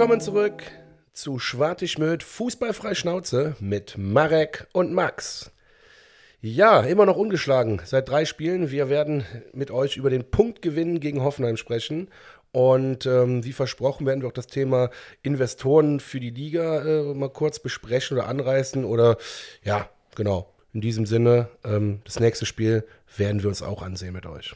Willkommen zurück zu Schwartig-Schmöd Fußballfrei Schnauze mit Marek und Max. Ja, immer noch ungeschlagen seit 3 Spielen. Wir werden mit euch über den Punktgewinn gegen Hoffenheim sprechen. Und wie versprochen werden wir auch das Thema Investoren für die Liga mal kurz besprechen oder anreißen. Oder ja, genau, in diesem Sinne, das nächste Spiel werden wir uns auch ansehen mit euch.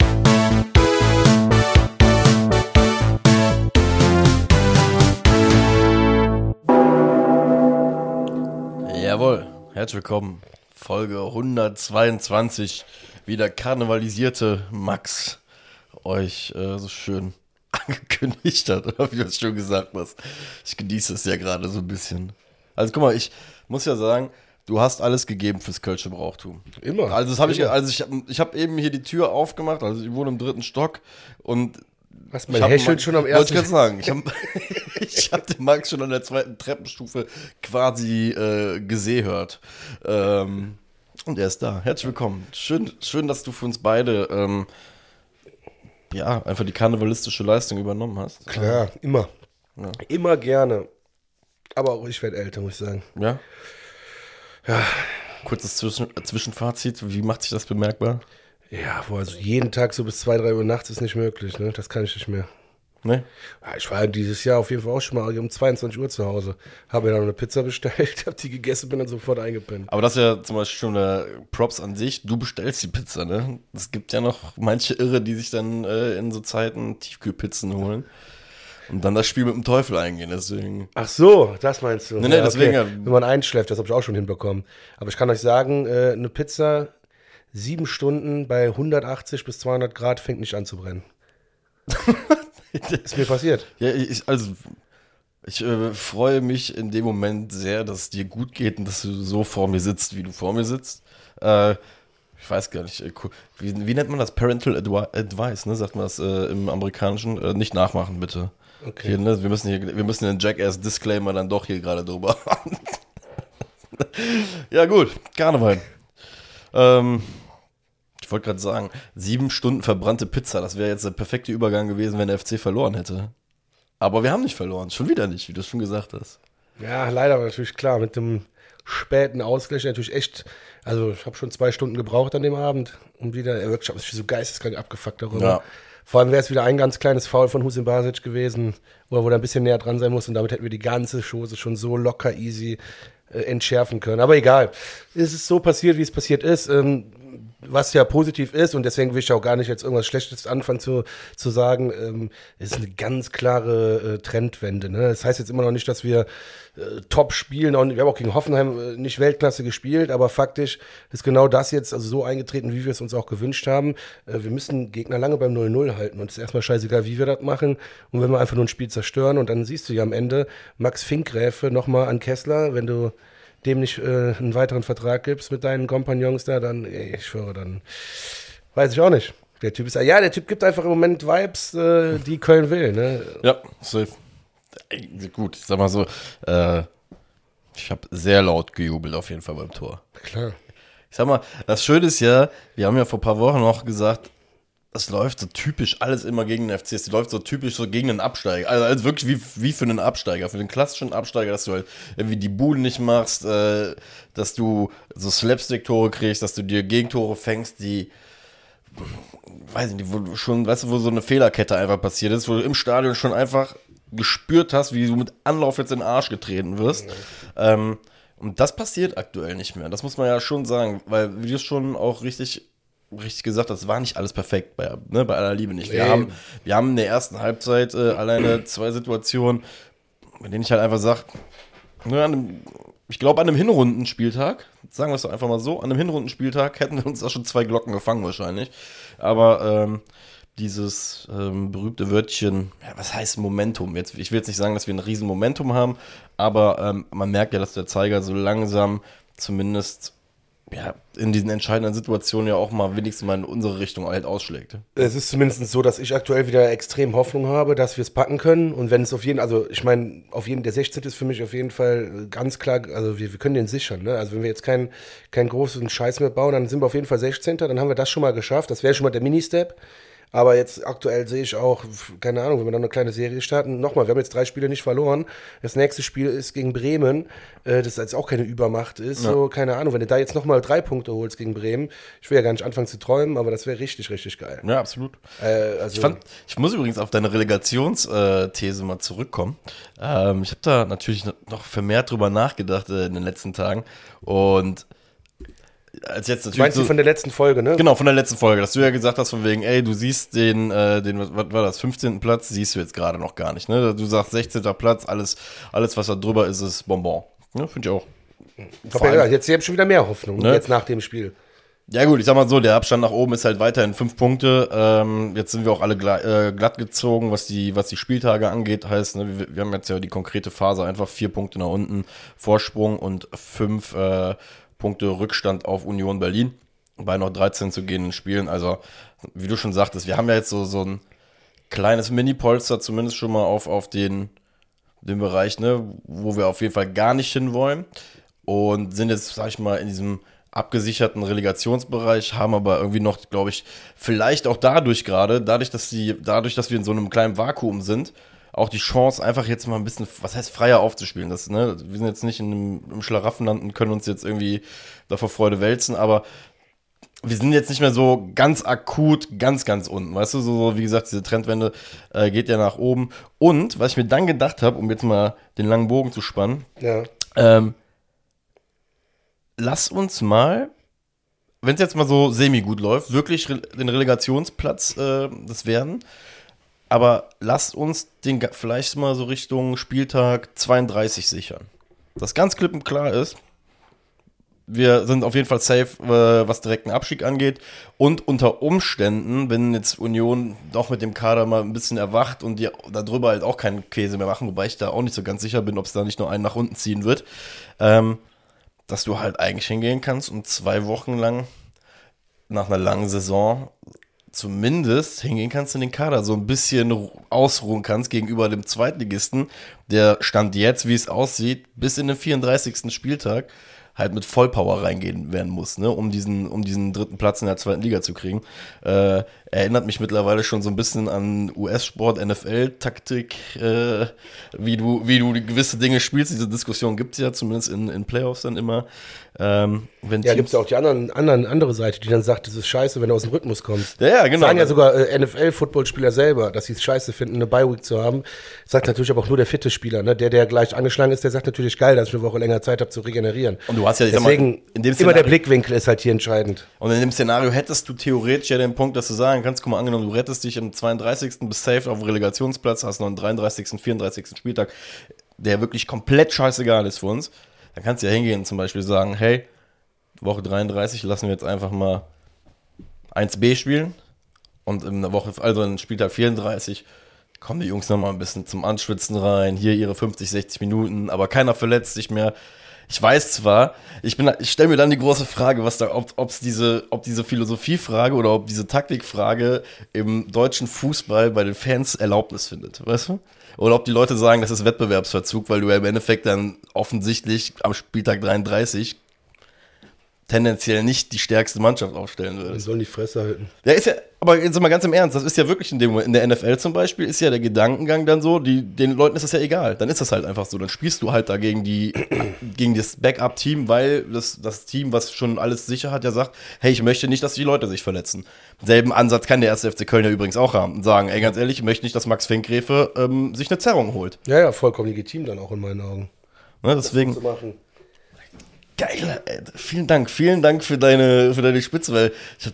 Jawohl, herzlich willkommen. Folge 122, wie der karnevalisierte Max euch so schön angekündigt hat, oder wie du es schon gesagt hast. Ich genieße es ja gerade so ein bisschen. Also guck mal, ich muss ja sagen, du hast alles gegeben fürs Kölsche Brauchtum. Immer. Also das habe ich habe eben hier die Tür aufgemacht, also ich wohne im 3. Stock und Was, mein Hecheln schon am ersten... Wollte ich gerade sagen, ich hab den Max schon an der 2. Treppenstufe quasi gesehört. Und er ist da. Herzlich willkommen. Schön, dass du für uns beide einfach die karnevalistische Leistung übernommen hast. Klar, immer. Ja. Immer gerne. Aber auch ich werde älter, muss ich sagen. Ja? Ja. Kurzes Zwischenfazit. Wie macht sich das bemerkbar? Ja, also jeden Tag so bis 2, 3 Uhr nachts ist nicht möglich, ne? Das kann ich nicht mehr. Ne? Ja, ich war dieses Jahr auf jeden Fall auch schon mal um 22 Uhr zu Hause. Habe mir dann eine Pizza bestellt, habe die gegessen, bin dann sofort eingepennt. Aber das ist ja zum Beispiel schon Props an sich. Du bestellst die Pizza, ne? Es gibt ja noch manche Irre, die sich dann in so Zeiten Tiefkühlpizzen holen und dann das Spiel mit dem Teufel eingehen, deswegen. Ach so, das meinst du? Nee, deswegen. Okay. Wenn man einschläft, das habe ich auch schon hinbekommen. Aber ich kann euch sagen, eine Pizza 7 Stunden bei 180 bis 200 Grad fängt nicht an zu brennen. Ist mir passiert. Ja, ich freue mich in dem Moment sehr, dass es dir gut geht und dass du so vor mir sitzt, wie du vor mir sitzt. Ich weiß gar nicht, wie nennt man das? Parental Advice, ne? Sagt man das im Amerikanischen? Nicht nachmachen, bitte. Okay. Hier, ne? Wir müssen den Jackass-Disclaimer dann doch hier gerade drüber haben. Ja gut, Karneval. Ich wollte gerade sagen, 7 Stunden verbrannte Pizza, das wäre jetzt der perfekte Übergang gewesen, wenn der FC verloren hätte. Aber wir haben nicht verloren, schon wieder nicht, wie du es schon gesagt hast. Ja, leider, aber natürlich klar, mit dem späten Ausgleich natürlich echt, also ich habe schon 2 Stunden gebraucht an dem Abend, um wieder, wirklich, ich bin so geisteskrank abgefuckt darüber. Ja. Vor allem wäre es wieder ein ganz kleines Foul von Husin Basic gewesen, wo er ein bisschen näher dran sein muss und damit hätten wir die ganze Chose schon so locker easy entschärfen können. Aber egal, es ist so passiert, wie es passiert ist. Was ja positiv ist, und deswegen will ich auch gar nicht jetzt irgendwas Schlechtes anfangen zu sagen, es ist eine ganz klare Trendwende. Ne? Das heißt jetzt immer noch nicht, dass wir top spielen, und wir haben auch gegen Hoffenheim nicht Weltklasse gespielt, aber faktisch ist genau das jetzt also so eingetreten, wie wir es uns auch gewünscht haben. Wir müssen Gegner lange beim 0-0 halten und es ist erstmal scheißegal, wie wir das machen, und wenn wir einfach nur ein Spiel zerstören, und dann siehst du ja am Ende Max Finkgräfe nochmal an Kessler, wenn du dem nicht einen weiteren Vertrag gibst mit deinen Kompagnons da, dann, ich schwöre, dann weiß ich auch nicht. Der Typ gibt einfach im Moment Vibes, die Köln will, ne? Ja, safe. Gut, ich sag mal so, ich habe sehr laut gejubelt auf jeden Fall beim Tor. Klar. Ich sag mal, das Schöne ist ja, wir haben ja vor ein paar Wochen noch gesagt, das läuft so typisch alles immer gegen den FC. Es läuft so typisch so gegen den Absteiger. Also wirklich wie für einen Absteiger, für den klassischen Absteiger, dass du halt irgendwie die Buden nicht machst, dass du so Slapstick-Tore kriegst, dass du dir Gegentore fängst, die, weiß ich nicht, wo schon, weißt du, wo so eine Fehlerkette einfach passiert ist, wo du im Stadion schon einfach gespürt hast, wie du mit Anlauf jetzt in den Arsch getreten wirst. Und das passiert aktuell nicht mehr. Das muss man ja schon sagen, weil wie du es schon auch richtig gesagt, das war nicht alles perfekt, bei aller Liebe nicht. Wir haben in der ersten Halbzeit alleine 2 Situationen, bei denen ich halt einfach sage, ich glaube an einem Hinrundenspieltag, sagen wir es doch einfach mal so, an einem Hinrundenspieltag hätten wir uns da schon 2 Glocken gefangen wahrscheinlich. Aber dieses berühmte Wörtchen, ja, was heißt Momentum? Ich will jetzt nicht sagen, dass wir ein riesen Momentum haben, aber man merkt ja, dass der Zeiger so langsam zumindest in diesen entscheidenden Situationen ja auch mal wenigstens mal in unsere Richtung halt ausschlägt. Es ist zumindest so, dass ich aktuell wieder extrem Hoffnung habe, dass wir es packen können. Und wenn es der 16. ist für mich auf jeden Fall ganz klar, also wir können den sichern. Ne? Also wenn wir jetzt keinen großen Scheiß mehr bauen, dann sind wir auf jeden Fall 16. Dann haben wir das schon mal geschafft. Das wäre schon mal der Mini-Step. Aber jetzt aktuell sehe ich auch, keine Ahnung, wenn wir dann eine kleine Serie starten, nochmal, wir haben jetzt 3 Spiele nicht verloren. Das nächste Spiel ist gegen Bremen, das jetzt auch keine Übermacht ist. Ja. So, keine Ahnung, wenn du da jetzt nochmal 3 Punkte holst gegen Bremen, ich will ja gar nicht anfangen zu träumen, aber das wäre richtig, richtig geil. Ja, absolut. Also, Ich muss übrigens auf deine Relegationsthese mal zurückkommen. Ich habe da natürlich noch vermehrt drüber nachgedacht in den letzten Tagen. Und als jetzt natürlich meinst du von der letzten Folge, ne? Genau, von der letzten Folge, dass du ja gesagt hast, von wegen, ey, du siehst den was war das, 15. Platz, siehst du jetzt gerade noch gar nicht, ne? Du sagst 16. Platz, alles, was da drüber ist, ist Bonbon. Ja, finde ich auch. Jetzt habe ich schon wieder mehr Hoffnung, Ne? jetzt nach dem Spiel. Ja gut, ich sag mal so, der Abstand nach oben ist halt weiterhin 5 Punkte. Jetzt sind wir auch alle glatt gezogen, was die Spieltage angeht. Heißt, ne, wir haben jetzt ja die konkrete Phase, einfach 4 Punkte nach unten Vorsprung und 5 Punkte Rückstand auf Union Berlin. Bei noch 13 zu gehenden Spielen. Also, wie du schon sagtest, wir haben ja jetzt so ein kleines Mini-Polster zumindest schon mal auf den Bereich, ne, wo wir auf jeden Fall gar nicht hinwollen. Und sind jetzt, sag ich mal, in diesem abgesicherten Relegationsbereich, haben aber irgendwie noch, glaube ich, vielleicht auch dadurch, dass wir in so einem kleinen Vakuum sind, auch die Chance, einfach jetzt mal ein bisschen, was heißt, freier aufzuspielen. Wir sind jetzt nicht im Schlaraffenland und können uns jetzt irgendwie da vor Freude wälzen, aber wir sind jetzt nicht mehr so ganz akut, ganz, ganz unten. Weißt du, so wie gesagt, diese Trendwende geht ja nach oben. Und, was ich mir dann gedacht habe, um jetzt mal den langen Bogen zu spannen, Ja. lass uns mal, wenn es jetzt mal so semi-gut läuft, wirklich den Relegationsplatz das werden. Aber lasst uns den vielleicht mal so Richtung Spieltag 32 sichern. Das ganz klipp und klar ist, wir sind auf jeden Fall safe, was direkten Abstieg angeht. Und unter Umständen, wenn jetzt Union doch mit dem Kader mal ein bisschen erwacht und die darüber halt auch keinen Käse mehr machen, wobei ich da auch nicht so ganz sicher bin, ob es da nicht nur einen nach unten ziehen wird, dass du halt eigentlich hingehen kannst und 2 Wochen lang nach einer langen Saison zumindest hingehen kannst in den Kader, so ein bisschen ausruhen kannst gegenüber dem Zweitligisten, der Stand jetzt, wie es aussieht, bis in den 34. Spieltag halt mit Vollpower reingehen werden muss, ne, um diesen 3. Platz in der 2. Liga zu kriegen. Erinnert mich mittlerweile schon so ein bisschen an US-Sport, NFL-Taktik, wie du gewisse Dinge spielst. Diese Diskussion gibt es ja zumindest in Playoffs dann immer. Ja, gibt es ja auch die andere Seite, die dann sagt, das ist scheiße, wenn du aus dem Rhythmus kommst. Ja, genau. Sagen ja sogar NFL-Footballspieler selber, dass sie es scheiße finden, eine Bye-Week zu haben. Sagt natürlich aber auch nur der fitte Spieler, ne? Der gleich angeschlagen ist, der sagt natürlich geil, dass ich eine Woche länger Zeit habe zu regenerieren. Und du hast ja, deswegen, in dem immer der Blickwinkel ist halt hier entscheidend. Und in dem Szenario hättest du theoretisch ja den Punkt, dass du sagen kannst, guck mal, angenommen, du rettest dich im 32. bis safe auf dem Relegationsplatz, hast noch einen 33., 34. Spieltag, der wirklich komplett scheißegal ist für uns. Dann kannst du ja hingehen und zum Beispiel sagen, hey, Woche 33 lassen wir jetzt einfach mal 1b spielen und in Spieltag 34 kommen die Jungs nochmal ein bisschen zum Anschwitzen rein, hier ihre 50, 60 Minuten, aber keiner verletzt sich mehr. Ich weiß zwar, ich stelle mir dann die große Frage, ob diese Philosophiefrage oder ob diese Taktikfrage im deutschen Fußball bei den Fans Erlaubnis findet, weißt du? Oder ob die Leute sagen, das ist Wettbewerbsverzug, weil du ja im Endeffekt dann offensichtlich am Spieltag 33 tendenziell nicht die stärkste Mannschaft aufstellen würdest. Die sollen die Fresse halten. Ja, ist ja, aber jetzt mal ganz im Ernst, das ist ja wirklich in der NFL zum Beispiel, ist ja der Gedankengang dann so, den Leuten ist das ja egal, dann ist das halt einfach so, dann spielst du halt da gegen das Backup-Team, weil das Team, was schon alles sicher hat, ja sagt, hey, ich möchte nicht, dass die Leute sich verletzen. Selben Ansatz kann der 1. FC Köln ja übrigens auch haben und sagen, ey, ganz ehrlich, ich möchte nicht, dass Max Finkgräfe sich eine Zerrung holt. Ja, vollkommen legitim dann auch in meinen Augen. Ne, deswegen. Das zu machen. Geil, ey. Vielen Dank für deine Spitze, weil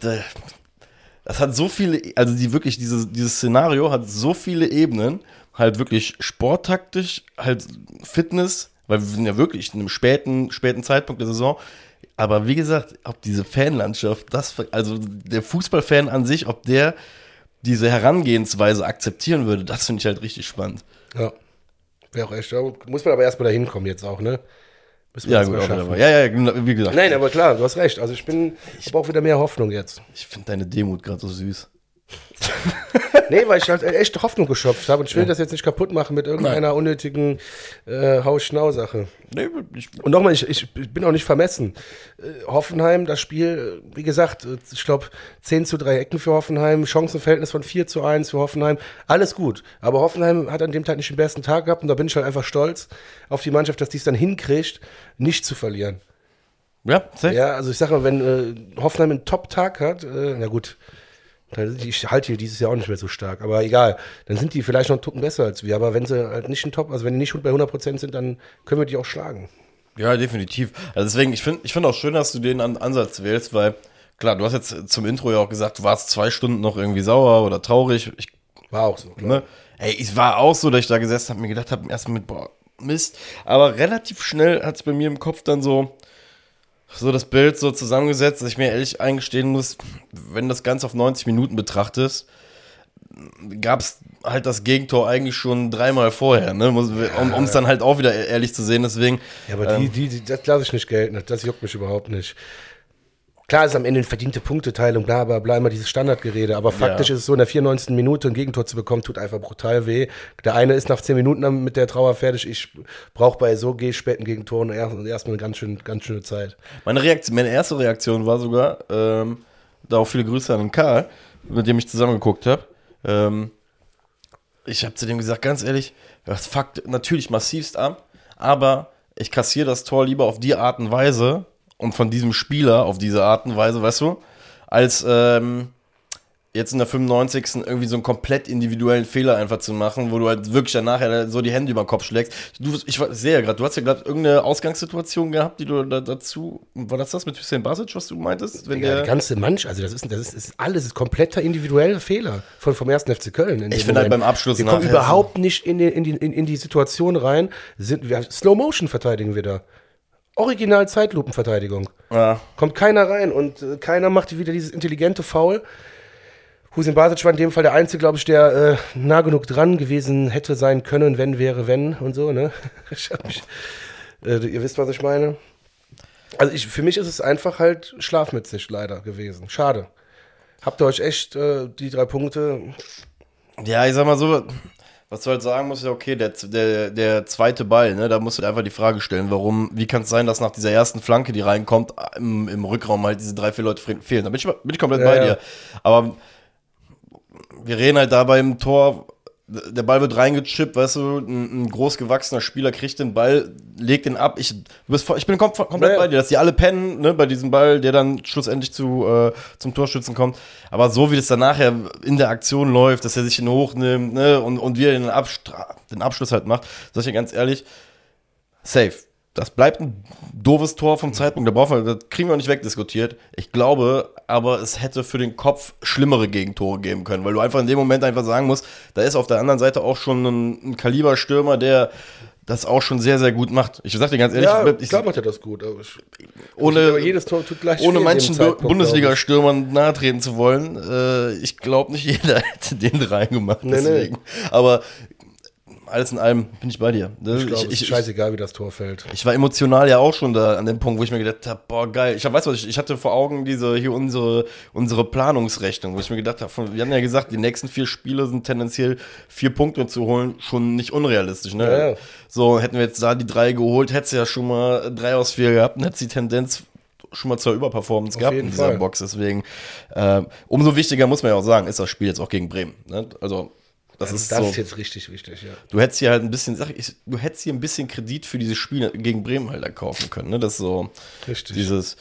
das hat so viele, also dieses Szenario hat so viele Ebenen, halt wirklich sporttaktisch, halt Fitness, weil wir sind ja wirklich in einem späten Zeitpunkt der Saison, aber wie gesagt, ob diese Fanlandschaft, also der Fußballfan an sich, ob der diese Herangehensweise akzeptieren würde, das finde ich halt richtig spannend. Ja, wäre auch echt, muss man aber erstmal da hinkommen jetzt auch, ne? Ja, gut, ja, wie gesagt. Nein, aber klar, du hast recht. Also ich habe auch wieder mehr Hoffnung jetzt. Ich finde deine Demut gerade so süß. Nee, weil ich halt echt Hoffnung geschöpft habe und ich will das jetzt nicht kaputt machen mit irgendeiner unnötigen Haus-Schnau-Sache. Nee, Und nochmal, ich bin auch nicht vermessen. Hoffenheim, das Spiel, wie gesagt, ich glaube 10:3 Ecken für Hoffenheim, Chancenverhältnis von 4:1 für Hoffenheim, alles gut. Aber Hoffenheim hat an dem Tag nicht den besten Tag gehabt und da bin ich halt einfach stolz auf die Mannschaft, dass die es dann hinkriegt, nicht zu verlieren. ja, safe. Ja, also ich sag mal, wenn Hoffenheim einen Top-Tag hat, na gut, ich halte hier dieses Jahr auch nicht mehr so stark, aber egal, dann sind die vielleicht noch einen Tucken besser als wir, aber wenn sie halt nicht ein Top, also wenn die nicht bei 100% sind, dann können wir die auch schlagen. Ja, definitiv. Also deswegen, ich find auch schön, dass du den Ansatz wählst, weil, klar, du hast jetzt zum Intro ja auch gesagt, du warst 2 Stunden noch irgendwie sauer oder traurig. War auch so, klar. Ne? Ey, es war auch so, dass ich da gesessen habe, mir gedacht habe, erstmal mit, boah, Mist. Aber relativ schnell hat es bei mir im Kopf dann so das Bild so zusammengesetzt, dass ich mir ehrlich eingestehen muss, wenn das Ganze auf 90 Minuten betrachtest, gab es halt das Gegentor eigentlich schon 3-mal vorher, ne? Um es dann halt auch wieder ehrlich zu sehen, deswegen. Ja, aber das lasse ich nicht gelten, das juckt mich überhaupt nicht. Klar ist am Ende eine verdiente Punkteteilung, bla bla bla, immer dieses Standardgerede, aber faktisch ist es so, in der 94. Minute ein Gegentor zu bekommen, tut einfach brutal weh. Der eine ist nach 10 Minuten dann mit der Trauer fertig, ich brauche bei so späten Gegentoren erstmal eine ganz schöne Zeit. Meine erste Reaktion war sogar, da auch viele Grüße an den Karl, mit dem ich zusammen geguckt habe. Ich habe zu dem gesagt, ganz ehrlich, das fuckt natürlich massivst ab, aber ich kassiere das Tor lieber auf die Art und Weise und von diesem Spieler auf diese Art und Weise, weißt du, als jetzt in der 95. irgendwie so einen komplett individuellen Fehler einfach zu machen, wo du halt wirklich danach so die Hände über den Kopf schlägst. Ich sehe ja gerade, du hast ja gerade irgendeine Ausgangssituation gehabt, die du dazu, war das mit Hüseyin Basic, was du meintest? Wenn Ja, die ganze Mannschaft, also das ist alles, ist kompletter individueller Fehler vom 1. FC Köln. Ich finde halt beim Abschluss wir kommen überhaupt nicht in die Situation rein, Slow Motion verteidigen wir da. Original Zeitlupenverteidigung. Ja. Kommt keiner rein und keiner macht wieder dieses intelligente Foul. Hüseyin Basic war in dem Fall der Einzige, glaube ich, der nah genug dran gewesen hätte sein können, wenn wäre wenn und so, ne? Ihr wisst, was ich meine. Also für mich ist es einfach halt schlafmützig leider gewesen. Schade. Habt ihr euch echt die 3 Punkte... Ja, ich sag mal so, was du halt sagen musst, ja okay, der zweite Ball, ne, da musst du dir einfach die Frage stellen, wie kann es sein, dass nach dieser ersten Flanke, die reinkommt, im Rückraum halt diese 3, 4 Leute fehlen. Da bin ich komplett bei dir. Aber wir reden halt dabei im Tor, der Ball wird reingechippt, weißt du, ein großgewachsener Spieler kriegt den Ball, legt den ab, ich bin komplett bei dir, dass die alle pennen, ne, bei diesem Ball, der dann schlussendlich zum Torschützen kommt, aber so wie das dann nachher in der Aktion läuft, dass er sich ihn hochnimmt, ne, und wie er den Abschluss halt macht, sag ich dir ganz ehrlich, safe. Das bleibt ein doofes Tor vom Zeitpunkt, das kriegen wir auch nicht wegdiskutiert. Ich glaube, aber es hätte für den Kopf schlimmere Gegentore geben können, weil du einfach in dem Moment einfach sagen musst, da ist auf der anderen Seite auch schon ein Kaliberstürmer, der das auch schon sehr, sehr gut macht. Ich sag dir ganz ehrlich, ich glaube, macht er das gut. Aber jedes Tor tut gleich ohne manchen Bundesliga-Stürmern nahe treten zu wollen, ich glaube nicht jeder hätte den reingemacht, deswegen. Nee. Aber alles in allem bin ich bei dir. Ich glaube, es ist scheißegal, wie das Tor fällt. Ich war emotional ja auch schon da an dem Punkt, wo ich mir gedacht habe, boah, geil. Ich hatte vor Augen unsere Planungsrechnung, wo ich mir gedacht habe, wir hatten ja gesagt, die nächsten 4 Spiele sind tendenziell 4 Punkte zu holen, schon nicht unrealistisch, ne? Ja. So, hätten wir jetzt da die 3 geholt, hättest du ja schon mal 3 aus 4 gehabt und hättest die Tendenz schon mal zur Überperformance gehabt in dieser Box. Deswegen, umso wichtiger muss man ja auch sagen, ist das Spiel jetzt auch gegen Bremen, ne? Also, das ist jetzt richtig wichtig, ja. Du hättest hier halt ein bisschen Kredit für dieses Spiel gegen Bremen halt erkaufen können, ne? Das ist so richtig. Dieses,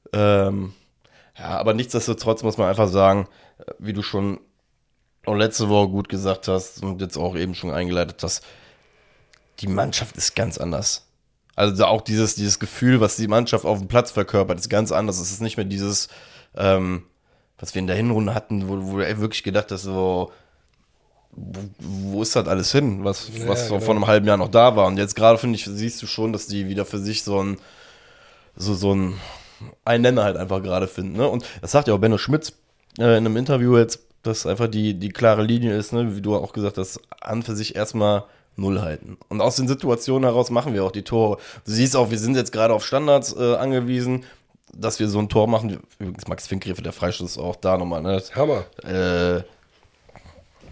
aber nichtsdestotrotz muss man einfach sagen, wie du schon auch letzte Woche gut gesagt hast und jetzt auch eben schon eingeleitet hast, die Mannschaft ist ganz anders. Also auch dieses Gefühl, was die Mannschaft auf dem Platz verkörpert, ist ganz anders. Es ist nicht mehr dieses, was wir in der Hinrunde hatten, wo du wirklich gedacht hast, so, wo ist das alles hin, was so vor einem halben Jahr noch da war. Und jetzt gerade, finde ich, siehst du schon, dass die wieder für sich so ein Nenner halt einfach gerade finden. Ne? Und das sagt ja auch Benno Schmitz in einem Interview jetzt, dass einfach die klare Linie ist, ne? Wie du auch gesagt hast, an für sich erstmal 0 halten. Und aus den Situationen heraus machen wir auch die Tore. Du siehst auch, wir sind jetzt gerade auf Standards angewiesen, dass wir so ein Tor machen. Übrigens Max Finkgräfe, der Freistoß ist auch da nochmal. Ne? Hammer.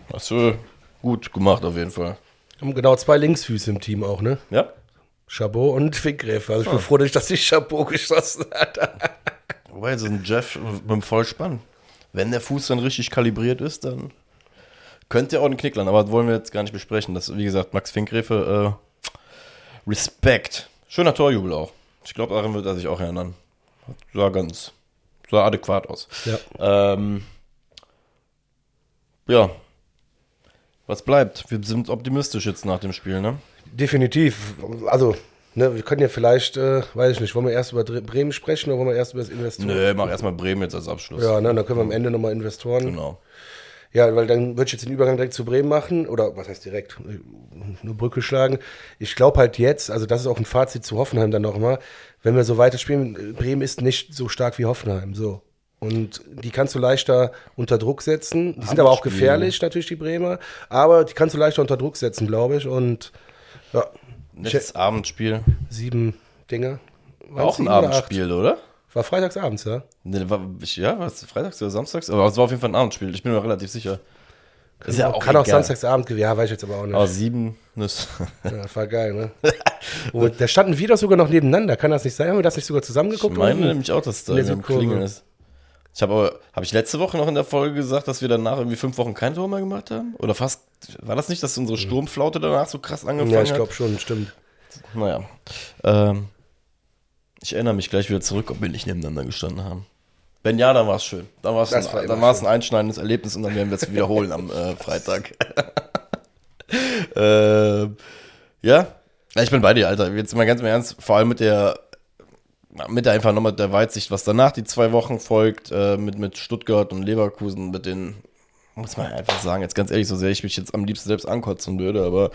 Hast du gut gemacht auf jeden Fall. Haben genau 2 Linksfüße im Team auch, ne? Ja. Chabot und Finkgräfe. Also ich bin froh, dass sich Chabot geschossen hat. Wobei, so ein Jeff mit dem Vollspann. Wenn der Fuß dann richtig kalibriert ist, dann könnte er auch einen Knick landen. Aber das wollen wir jetzt gar nicht besprechen. Das, wie gesagt, Max Finkgräfe, Respekt. Schöner Torjubel auch. Ich glaube, daran wird er sich auch erinnern. Sah adäquat aus. Ja. Ja. Was bleibt? Wir sind optimistisch jetzt nach dem Spiel, ne? Definitiv. Also, ne, wir können ja vielleicht, weiß ich nicht, wollen wir erst über Bremen sprechen oder wollen wir erst über das Investoren? Nö, mach erstmal Bremen jetzt als Abschluss. Ja, ne, dann können wir am Ende nochmal Investoren. Genau. Ja, weil dann würde ich jetzt den Übergang direkt zu Bremen machen. Oder was heißt direkt? Eine Brücke schlagen. Ich glaube halt jetzt, also das ist auch ein Fazit zu Hoffenheim dann nochmal, wenn wir so weiterspielen, Bremen ist nicht so stark wie Hoffenheim, so. Und die kannst du leichter unter Druck setzen. Die sind aber auch gefährlich, natürlich, die Bremer. Aber die kannst du leichter unter Druck setzen, glaube ich. Und ja. Letztes Abendspiel. 7 Dinger. War auch ein Abendspiel, oder? War freitagsabends, ja? Ne, war es freitags oder samstags? Aber es war auf jeden Fall ein Abendspiel. Ich bin mir relativ sicher. Ist ja auch, kann auch samstagsabend gewesen. Ja, weiß ich jetzt aber auch nicht. Aber 7 ist. Ja, das war geil, ne? Und da standen wir doch sogar noch nebeneinander. Kann das nicht sein? Haben wir das nicht sogar zusammengeguckt? Ich meine nämlich auch, dass da ein Klingeln ist. Habe ich letzte Woche noch in der Folge gesagt, dass wir danach irgendwie 5 Wochen kein Tor mehr gemacht haben? Oder fast, war das nicht, dass unsere Sturmflaute danach so krass angefangen hat? Ja, ich glaube schon, stimmt. Naja. Ich erinnere mich gleich wieder zurück, ob wir nicht nebeneinander gestanden haben. Wenn ja, dann war es schön. Dann war es ein einschneidendes Erlebnis und dann werden wir es wiederholen am Freitag. Ja, ich bin bei dir, Alter. Jetzt mal ganz im Ernst, vor allem mit der einfach nochmal der Weitsicht, was danach die 2 Wochen folgt, mit Stuttgart und Leverkusen, mit den, muss man einfach sagen, jetzt ganz ehrlich, so sehr ich mich jetzt am liebsten selbst ankotzen würde, aber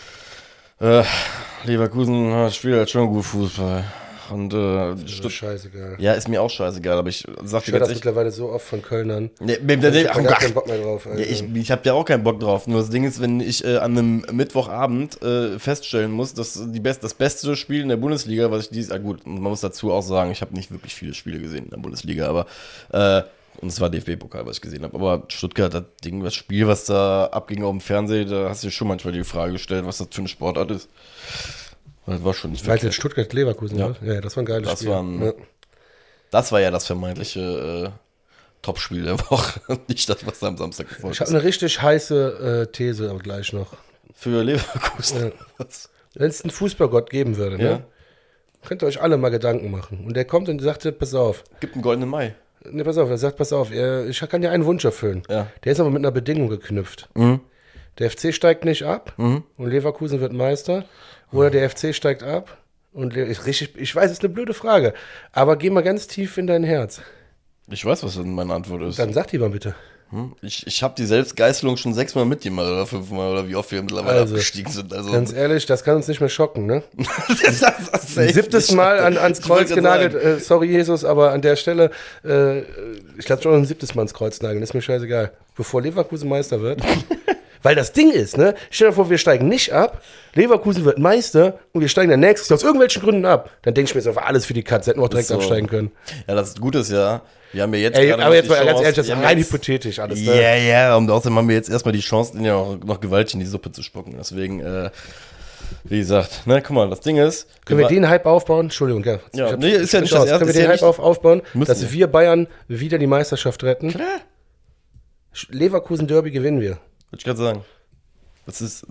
Leverkusen spielt halt schon gut Fußball. Und ist scheißegal. Ja, ist mir auch scheißegal, aber ich sag dir das mittlerweile so oft von Kölnern. Ich hab gar keinen Bock mehr drauf. Also. Ja, ich hab ja auch keinen Bock drauf. Nur das Ding ist, wenn ich an einem Mittwochabend feststellen muss, dass das beste Spiel in der Bundesliga, was ich gut, man muss dazu auch sagen, ich habe nicht wirklich viele Spiele gesehen in der Bundesliga, aber und es war DFB-Pokal, was ich gesehen habe. Aber Stuttgart, das Spiel, was da abging auf dem Fernseher, da hast du dir schon manchmal die Frage gestellt, was das für eine Sportart ist. Das war schon nicht verkehrt. Stuttgart-Leverkusen, ja. Ja, das war ein geiles Spiel. Das war ja das vermeintliche Topspiel der Woche. Nicht das, was da am Samstag gefolgt ist. Ich habe eine richtig heiße These aber gleich noch. Für Leverkusen? Ja. Wenn es einen Fußballgott geben würde, ne? Könnt ihr euch alle mal Gedanken machen. Und der kommt und sagt, pass auf. Gibt einen goldenen Mai. Ne, pass auf, er sagt, pass auf, ich kann dir einen Wunsch erfüllen. Ja. Der ist aber mit einer Bedingung geknüpft. Mhm. Der FC steigt nicht ab und Leverkusen wird Meister. Oder der FC steigt ab und ich weiß, es ist eine blöde Frage, aber geh mal ganz tief in dein Herz. Ich weiß, was meine Antwort ist. Dann sag die mal bitte. Ich habe die Selbstgeißelung schon 6-mal mitgemacht oder 5-mal oder wie oft wir mittlerweile abgestiegen sind. Also ganz ehrlich, das kann uns nicht mehr schocken, ne? das 7. Mal ans Kreuz genagelt. Sorry, Jesus, aber an der Stelle, ich lasse schon ein 7. Mal ans Kreuz nageln, ist mir scheißegal. Bevor Leverkusen Meister wird. Weil das Ding ist, ne? Stell dir vor, wir steigen nicht ab, Leverkusen wird Meister und wir steigen dann nächstes Jahr aus irgendwelchen Gründen ab. Dann denke ich mir jetzt einfach alles für die Katze, hätten wir auch direkt absteigen können. Ja, das Gute ist ja, wir haben ja jetzt aber jetzt mal ganz ehrlich, das ist rein hypothetisch alles. Ne? Ja, und außerdem haben wir jetzt erstmal die Chance, den ja auch noch gewaltig in die Suppe zu spucken. Deswegen, wie gesagt, ne, guck mal, das Ding ist... Können wir den Hype aufbauen? Entschuldigung, ja. Ist ja nicht das erste. Können wir den Hype aufbauen, dass wir Bayern wieder die Meisterschaft retten? Klar. Leverkusen-Derby gewinnen wir. Würde ich gerade sagen. Das ist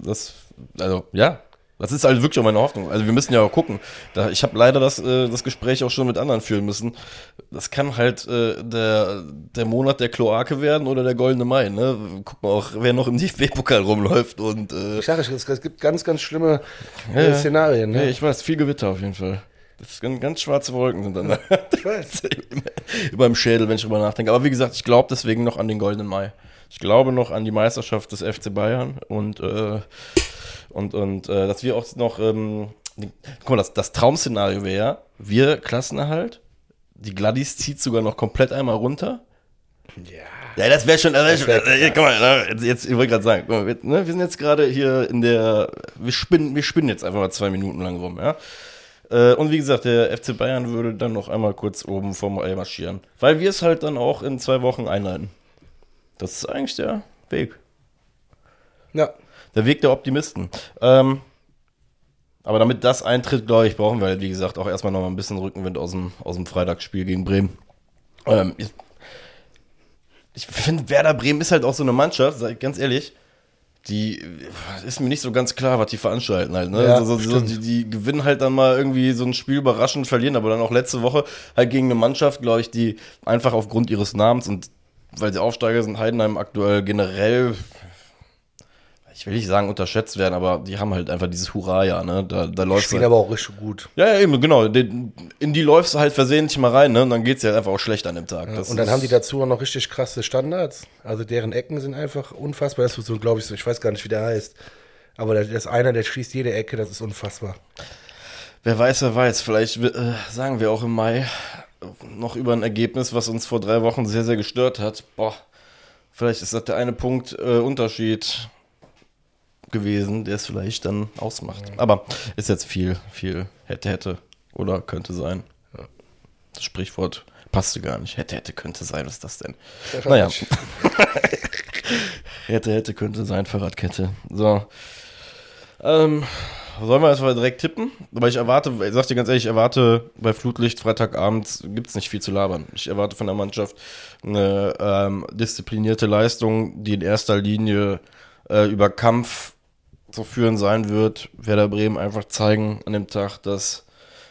halt wirklich auch meine Hoffnung. Also wir müssen ja auch gucken. Ich habe leider das Gespräch auch schon mit anderen führen müssen. Das kann halt der Monat der Kloake werden oder der goldene Mai. Ne? Guck mal auch, wer noch im DFB-Pokal rumläuft. Und, ich sage, es gibt ganz, ganz schlimme Szenarien. Ne? Ja, ich weiß, viel Gewitter auf jeden Fall. Das sind ganz schwarze Wolken sind dann da. Ich weiß. Über dem Schädel, wenn ich drüber nachdenke. Aber wie gesagt, ich glaube deswegen noch an den goldenen Mai. Ich glaube noch an die Meisterschaft des FC Bayern und dass wir auch noch, guck mal, das Traum-Szenario wäre, wir Klassenerhalt, die Gladys zieht sogar noch komplett einmal runter. Ja, das wäre schon, guck mal, jetzt, ich wollte gerade sagen, guck mal, wir sind jetzt gerade hier wir spinnen jetzt einfach mal 2 Minuten lang rum, ja. Und wie gesagt, der FC Bayern würde dann noch einmal kurz oben vom Ei marschieren, weil wir es halt dann auch in 2 Wochen einleiten. Das ist eigentlich der Weg. Ja. Der Weg der Optimisten. Aber damit das eintritt, glaube ich, brauchen wir halt, wie gesagt, auch erstmal noch mal ein bisschen Rückenwind aus dem Freitagsspiel gegen Bremen. Ich finde, Werder Bremen ist halt auch so eine Mannschaft, sag ich ganz ehrlich, die ist mir nicht so ganz klar, was die veranstalten halt. Ne? Ja, die gewinnen halt dann mal irgendwie so ein Spiel überraschend, verlieren aber dann auch letzte Woche halt gegen eine Mannschaft, glaube ich, die einfach aufgrund ihres Namens und weil sie Aufsteiger sind, Heidenheim aktuell generell, ich will nicht sagen unterschätzt werden, aber die haben halt einfach dieses Hurra-Jahr, ne? Da läuft Spielen aber auch richtig gut. Ja, eben, genau. In die läufst du halt versehentlich mal rein, ne? Und dann geht's ja halt einfach auch schlecht an dem Tag. Ja, und dann haben die dazu auch noch richtig krasse Standards. Also deren Ecken sind einfach unfassbar. Das ist so, glaube ich, so, ich weiß gar nicht, wie der heißt. Aber das ist einer, der schießt jede Ecke, das ist unfassbar. Wer weiß. Vielleicht sagen wir auch im Mai noch über ein Ergebnis, was uns vor 3 Wochen sehr, sehr gestört hat. Boah, vielleicht ist das der eine Punkt Unterschied gewesen, der es vielleicht dann ausmacht. Aber ist jetzt viel hätte oder könnte sein. Ja. Das Sprichwort passte gar nicht. Hätte, könnte sein. Was ist das denn? Naja. hätte, könnte sein, Fahrradkette. So. Sollen wir erstmal direkt tippen? Aber ich sag dir ganz ehrlich, ich erwarte bei Flutlicht Freitagabend gibt's nicht viel zu labern. Ich erwarte von der Mannschaft eine disziplinierte Leistung, die in erster Linie über Kampf zu führen sein wird. Werder Bremen einfach zeigen an dem Tag, dass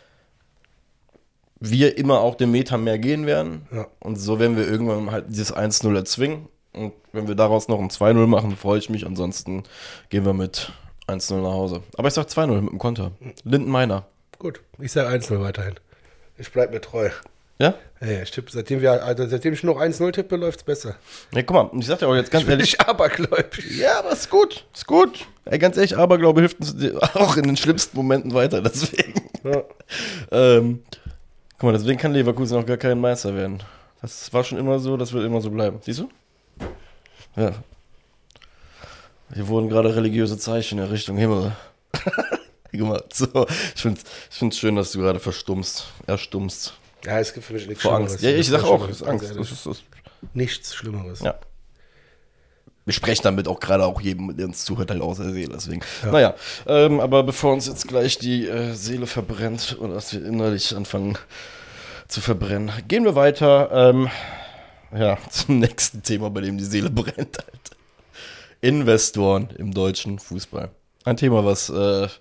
wir immer auch den Meter mehr gehen werden. Ja. Und so werden wir irgendwann halt dieses 1-0 erzwingen. Und wenn wir daraus noch ein 2-0 machen, freue ich mich. Ansonsten gehen wir mit 1-0 nach Hause. Aber ich sag 2-0 mit dem Konter. Lindenmeiner. Gut, ich sag 1-0 weiterhin. Ich bleib mir treu. Ja? Ja, ich tippe, seitdem ich nur noch 1-0 tippe, läuft's besser. Ja, guck mal, ich sag dir auch jetzt ganz ehrlich. Ich abergläubisch. Ja, aber ist gut. Ey, ganz ehrlich, Aberglaube hilft uns auch in den schlimmsten Momenten weiter, deswegen. Ja. Guck mal, deswegen kann Leverkusen auch gar kein Meister werden. Das war schon immer so, das wird immer so bleiben. Siehst du? Ja. Hier wurden gerade religiöse Zeichen in Richtung Himmel gemacht. So, ich find's schön, dass du gerade erstummst. Ja, es gibt für mich nichts vor Schlimmeres. Angst. Ja, ich sag auch, es ist Angst. Das ist nichts Schlimmeres. Ja. Wir sprechen damit auch gerade auch jedem, der uns zuhört, halt aus der Seele. Deswegen. Ja. Naja, aber bevor uns jetzt gleich die Seele verbrennt oder dass wir innerlich anfangen zu verbrennen, gehen wir weiter zum nächsten Thema, bei dem die Seele brennt. Alter. Investoren im deutschen Fußball. Ein Thema, was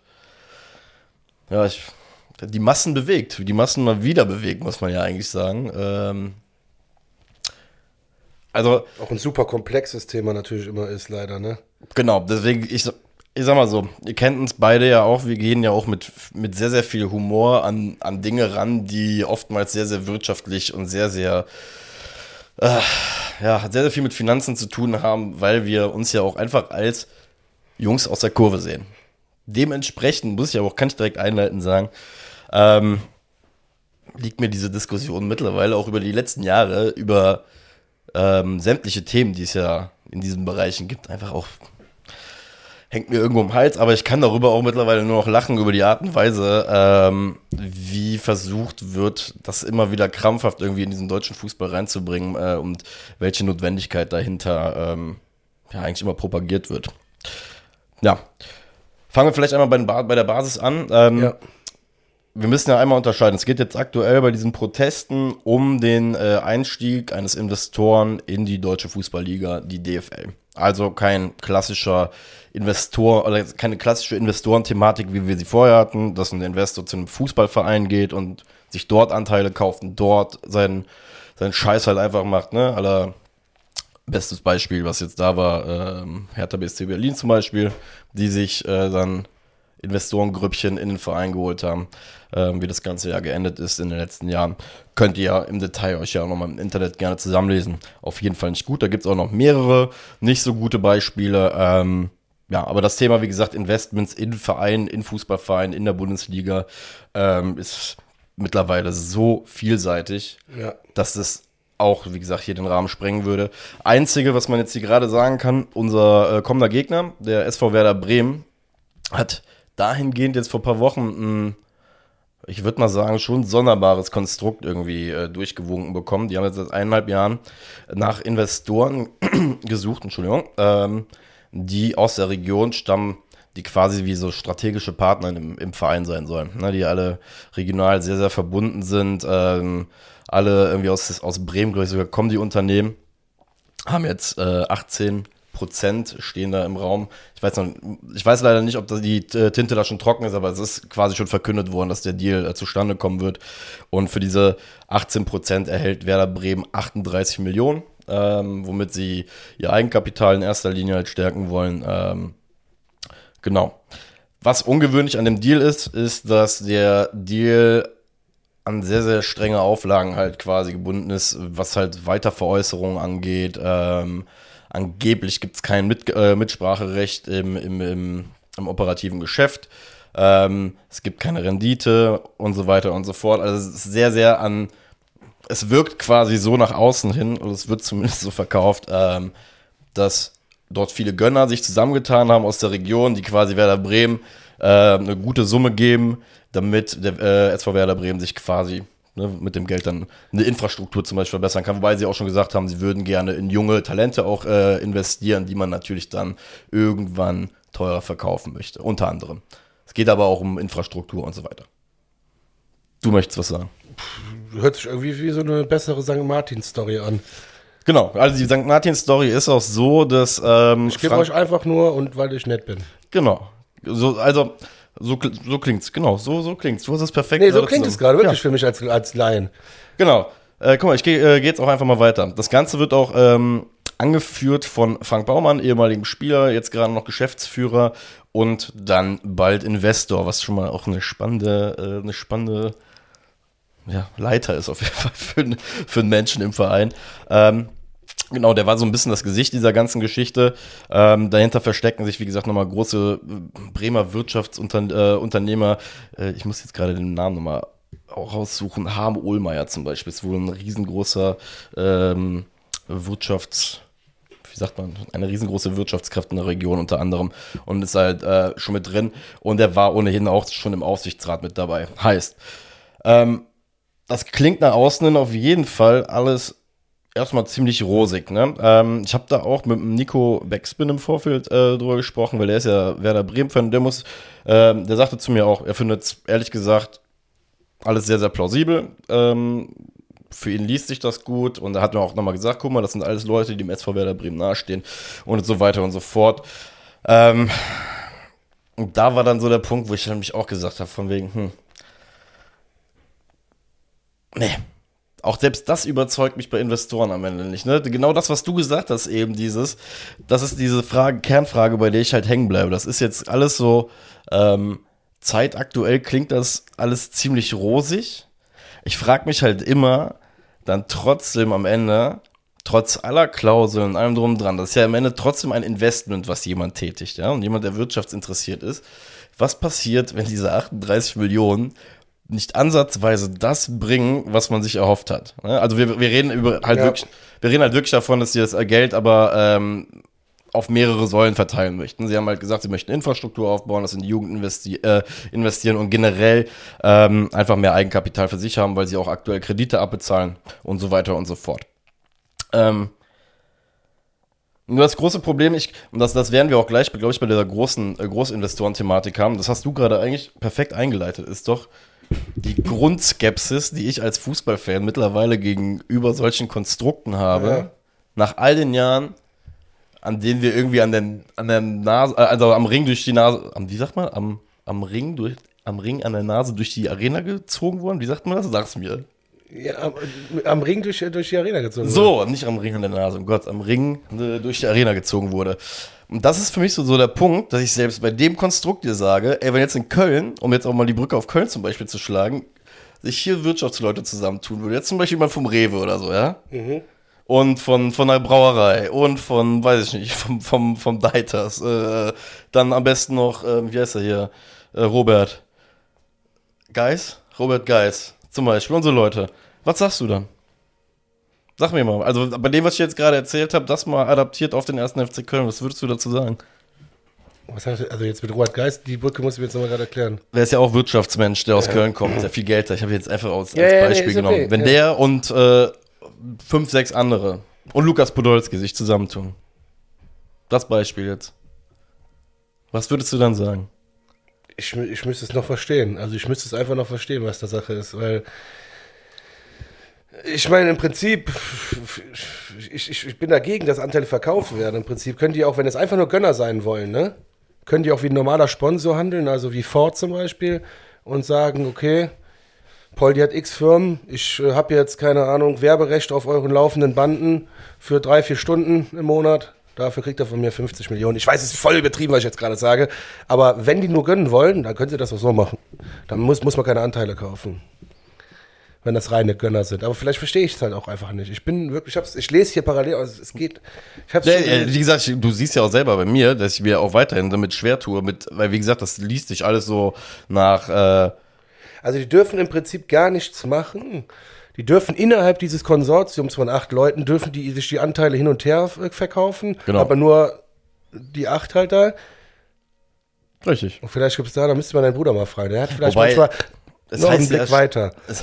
die Massen bewegt, die Massen mal wieder bewegt, muss man ja eigentlich sagen. Also auch ein super komplexes Thema natürlich immer ist, leider, ne? Genau, deswegen, ich sag mal so, ihr kennt uns beide ja auch, wir gehen ja auch mit sehr, sehr viel Humor an Dinge ran, die oftmals sehr, sehr wirtschaftlich und sehr, sehr sehr, sehr viel mit Finanzen zu tun haben, weil wir uns ja auch einfach als Jungs aus der Kurve sehen. Dementsprechend kann ich direkt einleitend sagen, liegt mir diese Diskussion mittlerweile auch über die letzten Jahre, über sämtliche Themen, die es ja in diesen Bereichen gibt, einfach auch hängt mir irgendwo im Hals, aber ich kann darüber auch mittlerweile nur noch lachen, über die Art und Weise, wie versucht wird, das immer wieder krampfhaft irgendwie in diesen deutschen Fußball reinzubringen und welche Notwendigkeit dahinter eigentlich immer propagiert wird. Ja, fangen wir vielleicht einmal bei der Basis an. Wir müssen ja einmal unterscheiden. Es geht jetzt aktuell bei diesen Protesten um den Einstieg eines Investoren in die deutsche Fußballliga, die DFL. Also kein klassischer Investor oder keine klassische Investorenthematik, wie wir sie vorher hatten, dass ein Investor zu einem Fußballverein geht und sich dort Anteile kauft und dort seinen Scheiß halt einfach macht, ne? Bestes Beispiel, was jetzt da war, Hertha BSC Berlin zum Beispiel, die sich dann Investorengrüppchen in den Verein geholt haben, wie das ganze Jahr geendet ist in den letzten Jahren. Könnt ihr ja im Detail euch ja auch nochmal im Internet gerne zusammenlesen. Auf jeden Fall nicht gut. Da gibt es auch noch mehrere nicht so gute Beispiele. Aber das Thema, wie gesagt, Investments in Vereinen, in Fußballvereinen, in der Bundesliga ist mittlerweile so vielseitig, dass es auch, wie gesagt, hier den Rahmen sprengen würde. Einzige, was man jetzt hier gerade sagen kann, unser kommender Gegner, der SV Werder Bremen, hat dahingehend jetzt vor ein paar Wochen ich würde mal sagen, schon ein sonderbares Konstrukt irgendwie durchgewunken bekommen. Die haben jetzt seit 1,5 Jahren nach Investoren gesucht, die aus der Region stammen, die quasi wie so strategische Partner im Verein sein sollen. Ne, die alle regional sehr, sehr verbunden sind. Alle irgendwie aus Bremen, glaube ich, sogar kommen die Unternehmen. Haben jetzt 18% stehen da im Raum. Ich weiß leider nicht, ob die Tinte da schon trocken ist, aber es ist quasi schon verkündet worden, dass der Deal zustande kommen wird. Und für diese 18% erhält Werder Bremen 38 Millionen, womit sie ihr Eigenkapital in erster Linie halt stärken wollen. Genau. Was ungewöhnlich an dem Deal ist, dass der Deal an sehr, sehr strenge Auflagen halt quasi gebunden ist, was halt Weiterveräußerungen angeht. Angeblich gibt es kein Mitspracherecht im operativen Geschäft. Es gibt keine Rendite und so weiter und so fort. Also es ist sehr, sehr es wirkt quasi so nach außen hin, oder es wird zumindest so verkauft, dass dort viele Gönner sich zusammengetan haben aus der Region, die quasi Werder Bremen eine gute Summe geben, damit der SV Werder Bremen sich quasi mit dem Geld dann eine Infrastruktur zum Beispiel verbessern kann. Wobei sie auch schon gesagt haben, sie würden gerne in junge Talente auch investieren, die man natürlich dann irgendwann teurer verkaufen möchte, unter anderem. Es geht aber auch um Infrastruktur und so weiter. Du möchtest was sagen? Hört sich irgendwie wie so eine bessere St. Martin-Story an. Genau, also die St. Martin-Story ist auch so, dass ich gebe euch einfach nur und weil ich nett bin. Genau. So klingt's, genau, so klingt's. Du hast es perfekt. Nee, so klingt es gerade wirklich für mich als Laien. Genau. Guck mal, ich gehe jetzt auch einfach mal weiter. Das Ganze wird auch angeführt von Frank Baumann, ehemaligem Spieler, jetzt gerade noch Geschäftsführer und dann bald Investor, was schon mal auch eine spannende Leiter ist auf jeden Fall für einen Menschen im Verein. Genau, der war so ein bisschen das Gesicht dieser ganzen Geschichte. Dahinter verstecken sich, wie gesagt, nochmal große Bremer Wirtschaftsunternehmer. Ich muss jetzt gerade den Namen nochmal auch raussuchen. Harm Ohlmeier zum Beispiel ist wohl ein riesengroßer eine riesengroße Wirtschaftskraft in der Region unter anderem und ist halt schon mit drin. Und er war ohnehin auch schon im Aufsichtsrat mit dabei. Heißt, das klingt nach außen hin auf jeden Fall alles erstmal ziemlich rosig, ne? Ich habe da auch mit Nico Backspin im Vorfeld drüber gesprochen, weil der ist ja Werder Bremen-Fan. Der sagte zu mir auch, er findet es ehrlich gesagt alles sehr, sehr plausibel. Für ihn liest sich das gut und er hat mir auch nochmal gesagt, guck mal, das sind alles Leute, die dem SV Werder Bremen nahestehen und so weiter und so fort. Und da war dann so der Punkt, wo ich dann mich auch gesagt habe, von wegen, nee. Auch selbst das überzeugt mich bei Investoren am Ende nicht. Ne? Genau das, was du gesagt hast, eben das ist diese Kernfrage, bei der ich halt hängen bleibe. Das ist jetzt alles so, zeitaktuell klingt das alles ziemlich rosig. Ich frage mich halt immer, dann trotzdem am Ende, trotz aller Klauseln und allem drum und dran, das ist ja am Ende trotzdem ein Investment, was jemand tätigt, ja, und jemand, der wirtschaftsinteressiert ist. Was passiert, wenn diese 38 Millionen nicht ansatzweise das bringen, was man sich erhofft hat? Also wir reden wirklich davon, dass sie das Geld aber auf mehrere Säulen verteilen möchten. Sie haben halt gesagt, sie möchten Infrastruktur aufbauen, das in die Jugend investieren und generell einfach mehr Eigenkapital für sich haben, weil sie auch aktuell Kredite abbezahlen und so weiter und so fort. Nur das große Problem, und das werden wir auch gleich, glaube ich, bei dieser Großinvestoren-Thematik haben, das hast du gerade eigentlich perfekt eingeleitet, ist doch die Grundskepsis, die ich als Fußballfan mittlerweile gegenüber solchen Konstrukten habe, nach all den Jahren, an denen wir irgendwie an der Nase, also am Ring durch die Nase, wie sagt man, am Ring an der Nase durch die Arena gezogen wurden? Wie sagt man das? Sag's mir. Ja, am Ring durch die Arena gezogen wurde. So, nicht am Ring an der Nase, um Gott, am Ring durch die Arena gezogen wurde. Und das ist für mich so der Punkt, dass ich selbst bei dem Konstrukt dir sage, ey, wenn jetzt in Köln, um jetzt auch mal die Brücke auf Köln zum Beispiel zu schlagen, sich hier Wirtschaftsleute zusammentun würde, jetzt zum Beispiel jemand vom Rewe oder so, ja? Mhm. Und von der Brauerei und von, weiß ich nicht, vom Deiters, dann am besten noch, wie heißt er hier, Robert Geis zum Beispiel, unsere Leute. Was sagst du dann? Sag mir mal, also bei dem, was ich jetzt gerade erzählt habe, das mal adaptiert auf den 1. FC Köln, was würdest du dazu sagen? Was heißt, also jetzt mit Robert Geis, die Brücke musst du mir jetzt nochmal gerade erklären. Der ist ja auch Wirtschaftsmensch, der aus Köln kommt, der viel Geld hat. Ich habe jetzt einfach als Beispiel genommen. Okay. Wenn der und 5, 6 andere und Lukas Podolski sich zusammentun. Das Beispiel jetzt. Was würdest du dann sagen? Ich müsste es noch verstehen. Also ich müsste es einfach noch verstehen, was da Sache ist, weil ich meine, im Prinzip, ich bin dagegen, dass Anteile verkauft werden. Im Prinzip können die auch, wenn es einfach nur Gönner sein wollen, ne, können die auch wie ein normaler Sponsor handeln, also wie Ford zum Beispiel, und sagen, okay, Poldi hat X Firmen, ich habe jetzt, keine Ahnung, Werberecht auf euren laufenden Banden für 3-4 Stunden im Monat. Dafür kriegt er von mir 50 Millionen. Ich weiß, es ist voll übertrieben, was ich jetzt gerade sage. Aber wenn die nur gönnen wollen, dann können sie das auch so machen. Dann muss man keine Anteile kaufen. Wenn das reine Gönner sind. Aber vielleicht verstehe ich es halt auch einfach nicht. Ich bin wirklich, ich lese hier parallel, also es geht. Wie gesagt, du siehst ja auch selber bei mir, dass ich mir auch weiterhin damit schwer tue, weil wie gesagt, das liest sich alles so nach. Also die dürfen im Prinzip gar nichts machen. Die dürfen innerhalb dieses Konsortiums von 8 Leuten, dürfen die sich die Anteile hin und her verkaufen. Genau. Aber nur die 8 halt da. Richtig. Und vielleicht gibt es da müsste man deinen Bruder mal fragen. Der hat vielleicht Wobei, manchmal es noch einen heißt Blick ja, weiter. Das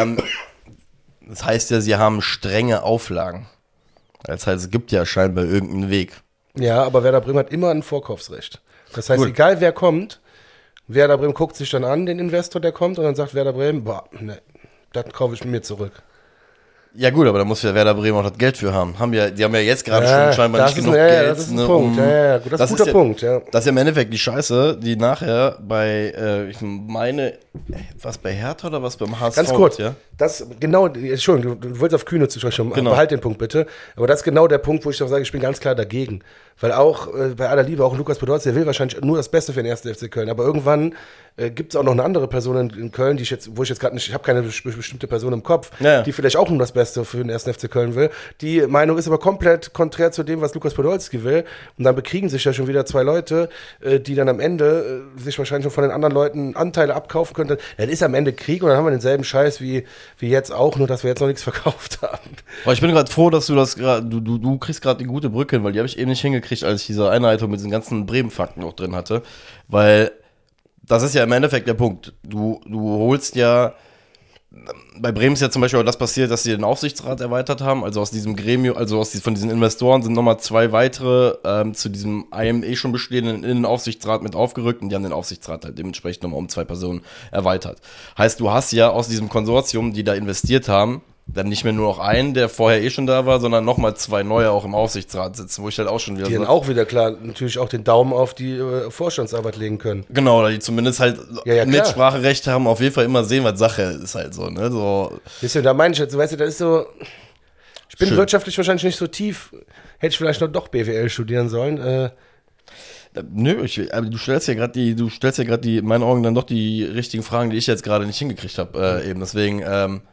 heißt ja, sie haben strenge Auflagen. Das heißt, es gibt ja scheinbar irgendeinen Weg. Ja, aber Werder Bremen hat immer ein Vorkaufsrecht. Das heißt, Gut. egal wer kommt, Werder Bremen guckt sich dann an, den Investor, der kommt, und dann sagt Werder Bremen, boah, ne, das kaufe ich mir zurück. Ja gut, aber da muss ja Werder Bremen auch das Geld für haben. Die haben ja jetzt gerade Ja, schon scheinbar das nicht ist genug ein- ja, Geld. das ist ein Punkt. Ja, gut, das ist ein guter Punkt, ja. Das ist ja im Endeffekt die Scheiße, die nachher ich meine, was bei Hertha oder was beim HSV? Ganz kurz, Ja? das genau, Entschuldigung, du wolltest auf Kühne zu sprechen, Genau. behalt den Punkt bitte, aber das ist genau der Punkt, wo ich doch sage, ich bin ganz klar dagegen, weil auch bei aller Liebe, auch Lukas Podolski, der will wahrscheinlich nur das Beste für den 1. FC Köln, aber irgendwann gibt es auch noch eine andere Person in Köln, wo ich jetzt gerade nicht, ich habe keine bestimmte Person im Kopf, Ja. die vielleicht auch nur das Beste für den 1. FC Köln will. Die Meinung ist aber komplett konträr zu dem, was Lukas Podolski will, und dann bekriegen sich ja schon wieder 2 Leute, die dann am Ende sich wahrscheinlich schon von den anderen Leuten Anteile abkaufen könnten. Das ist am Ende Krieg, und dann haben wir denselben Scheiß wie jetzt auch, nur dass wir jetzt noch nichts verkauft haben. Aber ich bin gerade froh, dass du das gerade, du kriegst gerade die gute Brücke hin, weil die habe ich eben nicht hingekriegt, als ich diese Einleitung mit diesen ganzen Bremen-Fakten noch drin hatte. Weil das ist ja im Endeffekt der Punkt. Du holst ja, bei Bremen ist ja zum Beispiel auch das passiert, dass sie den Aufsichtsrat erweitert haben. Also aus diesem Gremium, von diesen Investoren sind nochmal 2 weitere zu diesem schon bestehenden Innenaufsichtsrat mit aufgerückt, und die haben den Aufsichtsrat halt dementsprechend nochmal um 2 Personen erweitert. Heißt, du hast ja aus diesem Konsortium, die da investiert haben, dann nicht mehr nur noch einen, der vorher schon da war, sondern nochmal 2 neue auch im Aufsichtsrat sitzen, wo ich halt auch schon wieder Die dann auch wieder klar natürlich auch den Daumen auf die Vorstandsarbeit legen können. Genau, die zumindest halt Ja, klar. Mitspracherecht haben, auf jeden Fall immer sehen, was Sache ist halt so, ne? So. Wisst ihr, da meine ich jetzt, weißt du, das ist so, ich bin Schön. wirtschaftlich wahrscheinlich nicht so tief, hätte ich vielleicht noch doch BWL studieren sollen. Nö, aber du stellst ja gerade die, in meinen Augen dann doch die richtigen Fragen, die ich jetzt gerade nicht hingekriegt habe, eben. Deswegen,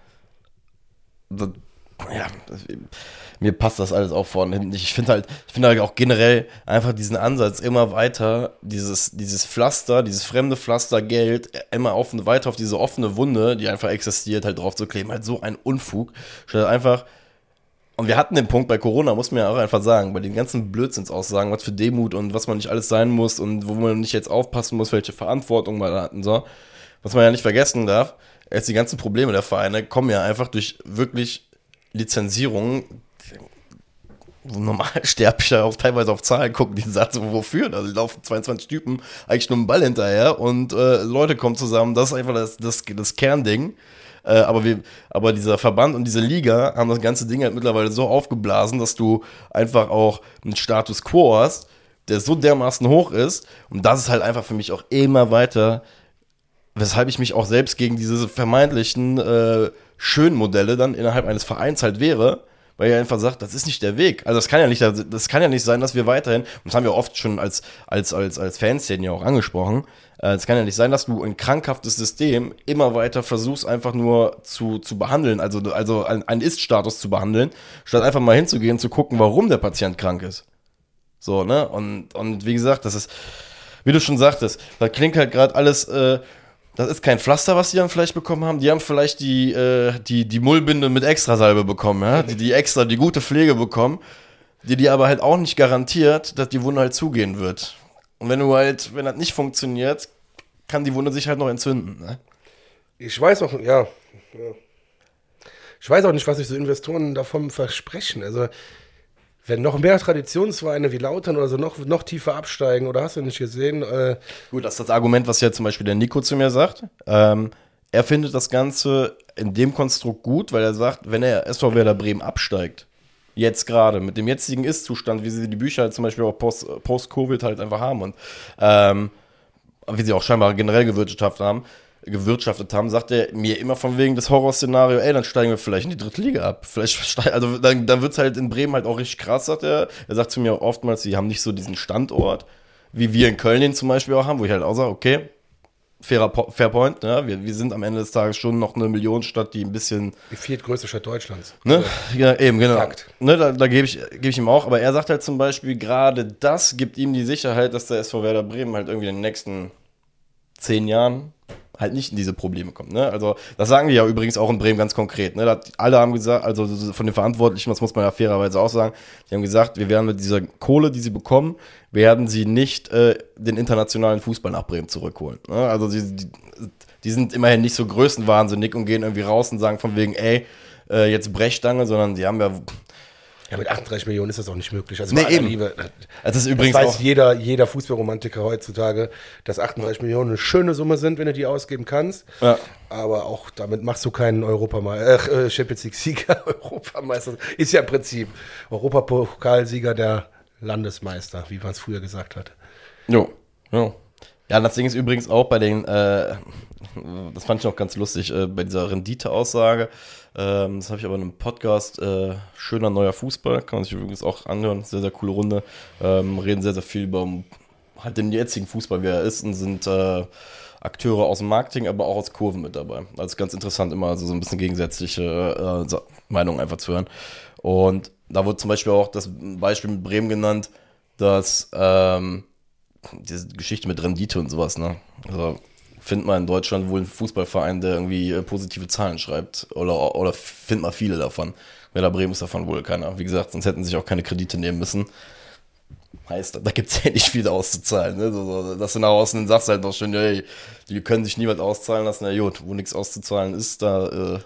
mir passt das alles auch vorne hin. Ich finde halt auch generell einfach diesen Ansatz immer weiter, dieses Pflaster, dieses fremde Pflaster Geld, immer weiter auf diese offene Wunde, die einfach existiert, halt drauf zu kleben, halt so ein Unfug. Statt einfach, und wir hatten den Punkt bei Corona, muss man ja auch einfach sagen, bei den ganzen Blödsinnsaussagen, was für Demut und was man nicht alles sein muss und wo man nicht jetzt aufpassen muss, welche Verantwortung man hat und so. Was man ja nicht vergessen darf, jetzt die ganzen Probleme der Vereine kommen ja einfach durch wirklich Lizenzierungen, wo normal Sterbliche auch teilweise auf Zahlen gucken, die sagen so, wofür? Da laufen 22 Typen eigentlich nur einen Ball hinterher und Leute kommen zusammen, das ist einfach das Kernding. Aber dieser Verband und diese Liga haben das ganze Ding halt mittlerweile so aufgeblasen, dass du einfach auch einen Status Quo hast, der so dermaßen hoch ist, und das ist halt einfach für mich auch immer weiter, weshalb ich mich auch selbst gegen diese vermeintlichen schönen Modelle dann innerhalb eines Vereins halt wehre, weil er einfach sagt, das ist nicht der Weg. Also das kann ja nicht sein, dass wir weiterhin, und das haben wir oft schon als Fanszenen ja auch angesprochen, es kann ja nicht sein, dass du ein krankhaftes System immer weiter versuchst, einfach nur zu behandeln, also einen Ist-Status zu behandeln, statt einfach mal hinzugehen, zu gucken, warum der Patient krank ist. So, ne? Und wie gesagt, das ist, wie du schon sagtest, da klingt halt gerade alles, das ist kein Pflaster, was die dann vielleicht bekommen haben. Die haben vielleicht die Mullbinde mit Extrasalbe bekommen, ja? Die extra die gute Pflege bekommen, die aber halt auch nicht garantiert, dass die Wunde halt zugehen wird. Und wenn das nicht funktioniert, kann die Wunde sich halt noch entzünden. Ne? Ich weiß auch, ja. Ich weiß auch nicht, was sich so Investoren davon versprechen. Also Wenn noch mehr Traditionsvereine wie Lautern oder so noch tiefer absteigen, oder hast du nicht gesehen? Gut, das ist das Argument, was ja zum Beispiel der Nico zu mir sagt. Er findet das Ganze in dem Konstrukt gut, weil er sagt, wenn der SV Werder Bremen absteigt, jetzt gerade, mit dem jetzigen Ist-Zustand, wie sie die Bücher halt zum Beispiel auch Post-Covid halt einfach haben und wie sie auch scheinbar generell gewirtschaftet haben, sagt er mir immer von wegen des Horrorszenario, dann steigen wir vielleicht in die dritte Liga ab. Also dann wird es halt in Bremen halt auch richtig krass, sagt er. Er sagt zu mir auch oftmals, sie haben nicht so diesen Standort, wie wir in Köln den zum Beispiel auch haben, wo ich halt auch sage, okay, fair Point, ne? Wir sind am Ende des Tages schon noch eine Millionenstadt, die ein bisschen... Die viertgrößte Stadt Deutschlands. Ne? Ja, eben, genau. Fakt. Ne, da gebe ich ihm auch, aber er sagt halt zum Beispiel, gerade das gibt ihm die Sicherheit, dass der SV Werder Bremen halt irgendwie in den nächsten 10 Jahren halt nicht in diese Probleme kommt. Ne? Also das sagen die ja übrigens auch in Bremen ganz konkret. Ne? Alle haben gesagt, also von den Verantwortlichen, das muss man ja fairerweise auch sagen, die haben gesagt, wir werden mit dieser Kohle, die sie bekommen, werden sie nicht den internationalen Fußball nach Bremen zurückholen. Ne? Also die sind immerhin nicht so größenwahnsinnig und gehen irgendwie raus und sagen von wegen, jetzt Brechstange, sondern die haben ja, mit 38 Millionen ist das auch nicht möglich. Also nee, bei aller eben. Liebe. Das ist übrigens das weiß auch jeder Fußballromantiker heutzutage, dass 38 Millionen eine schöne Summe sind, wenn du die ausgeben kannst. Ja. Aber auch damit machst du keinen Champions League-Sieger, Europameister. Ist ja im Prinzip Europapokalsieger der Landesmeister, wie man es früher gesagt hat. Jo. Ja, das Ding ist übrigens auch bei den, das fand ich auch ganz lustig, bei dieser Rendite-Aussage, das habe ich aber in einem Podcast, schöner neuer Fußball, kann man sich übrigens auch anhören, sehr, sehr coole Runde, reden sehr, sehr viel über halt den jetzigen Fußball, wie er ist, und sind Akteure aus dem Marketing, aber auch aus Kurven mit dabei. Also ganz interessant, immer so ein bisschen gegensätzliche Meinungen einfach zu hören. Und da wurde zum Beispiel auch das Beispiel mit Bremen genannt, dass diese Geschichte mit Rendite und sowas, ne? Also findet man in Deutschland wohl einen Fußballverein, der irgendwie positive Zahlen schreibt, oder findet man viele davon. Werder Bremen ist davon wohl keiner. Wie gesagt, sonst hätten sie sich auch keine Kredite nehmen müssen. Heißt, da gibt es ja nicht viel auszuzahlen. Ne? So, dass du nach außen sagst halt noch schön, hey, die können sich niemand auszahlen lassen. Na gut, wo nichts auszuzahlen ist, da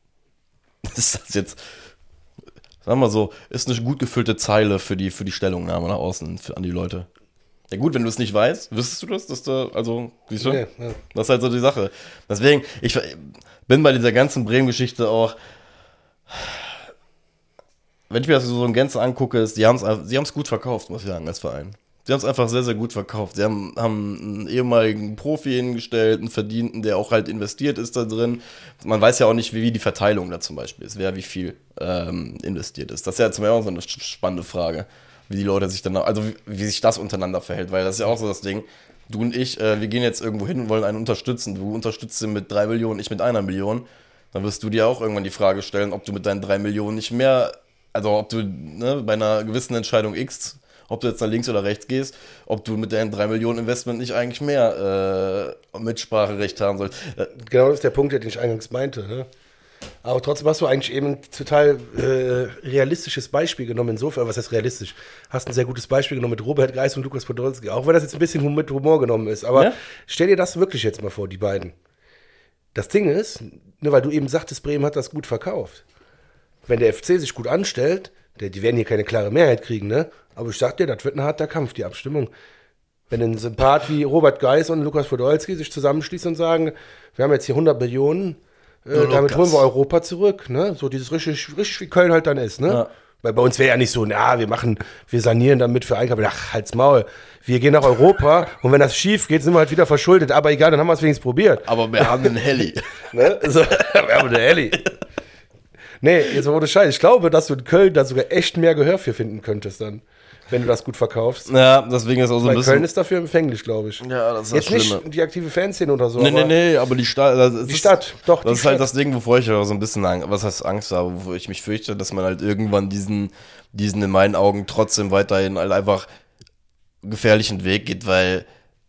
ist das jetzt, sagen wir so, ist eine gut gefüllte Zeile für die Stellungnahme nach außen an die Leute. Ja gut, wenn du es nicht weißt, wüsstest du das? Dass da, also, siehst du? Ja. Das ist halt so die Sache. Deswegen, ich bin bei dieser ganzen Bremen-Geschichte auch, wenn ich mir das so in Gänze angucke, sie haben es gut verkauft, muss ich sagen, als Verein. Sie haben es einfach sehr, sehr gut verkauft. Sie haben einen ehemaligen Profi hingestellt, einen Verdienten, der auch halt investiert ist da drin. Man weiß ja auch nicht, wie die Verteilung da zum Beispiel ist, wer wie viel investiert ist. Das ist ja zum Beispiel auch so eine spannende Frage, wie die Leute sich dann, also wie sich das untereinander verhält, weil das ist ja auch so das Ding, du und ich, wir gehen jetzt irgendwo hin und wollen einen unterstützen. Du unterstützt ihn mit 3 Millionen, ich mit 1 Million. Dann wirst du dir auch irgendwann die Frage stellen, ob du mit deinen 3 Millionen nicht mehr, also ob du bei einer gewissen Entscheidung X, ob du jetzt nach links oder rechts gehst, ob du mit deinem 3 Millionen Investment nicht eigentlich mehr Mitspracherecht haben sollst. Genau, das ist der Punkt, den ich eingangs meinte. Ne? Aber trotzdem hast du eigentlich eben ein total realistisches Beispiel genommen. Insofern, was heißt realistisch? Hast ein sehr gutes Beispiel genommen mit Robert Geis und Lukas Podolski. Auch wenn das jetzt ein bisschen mit Humor genommen ist. Aber stell dir das wirklich jetzt mal vor, die beiden. Das Ding ist, nur weil du eben sagtest, Bremen hat das gut verkauft. Wenn der FC sich gut anstellt, die werden hier keine klare Mehrheit kriegen, ne? Aber ich sag dir, das wird ein harter Kampf, die Abstimmung. Wenn ein Sympath wie Robert Geis und Lukas Podolski sich zusammenschließen und sagen, wir haben jetzt hier 100 Millionen, damit holen wir Europa zurück, ne? So dieses richtig wie Köln halt dann ist, ne? Ja. Weil bei uns wäre ja nicht so, wir sanieren damit für Einkauf. Ach, halt's Maul. Wir gehen nach Europa und wenn das schief geht, sind wir halt wieder verschuldet. Aber egal, dann haben wir es wenigstens probiert. Aber wir haben einen Heli. Ne? So, wir haben einen Heli. Nee, jetzt ohne Scheiß. Ich glaube, dass du in Köln da sogar echt mehr Gehör für finden könntest dann, wenn du das gut verkaufst. Ja, deswegen ist auch so ein bisschen... Köln ist dafür empfänglich, glaube ich. Ja, das ist jetzt das Schlimme. Nicht die aktive Fanszene oder so. Nee, aber die Stadt... Die Stadt, doch. Das ist halt das Ding, wovor ich auch so ein bisschen Angst habe, wovor ich mich fürchte, dass man halt irgendwann diesen in meinen Augen trotzdem weiterhin halt einfach gefährlichen Weg geht, weil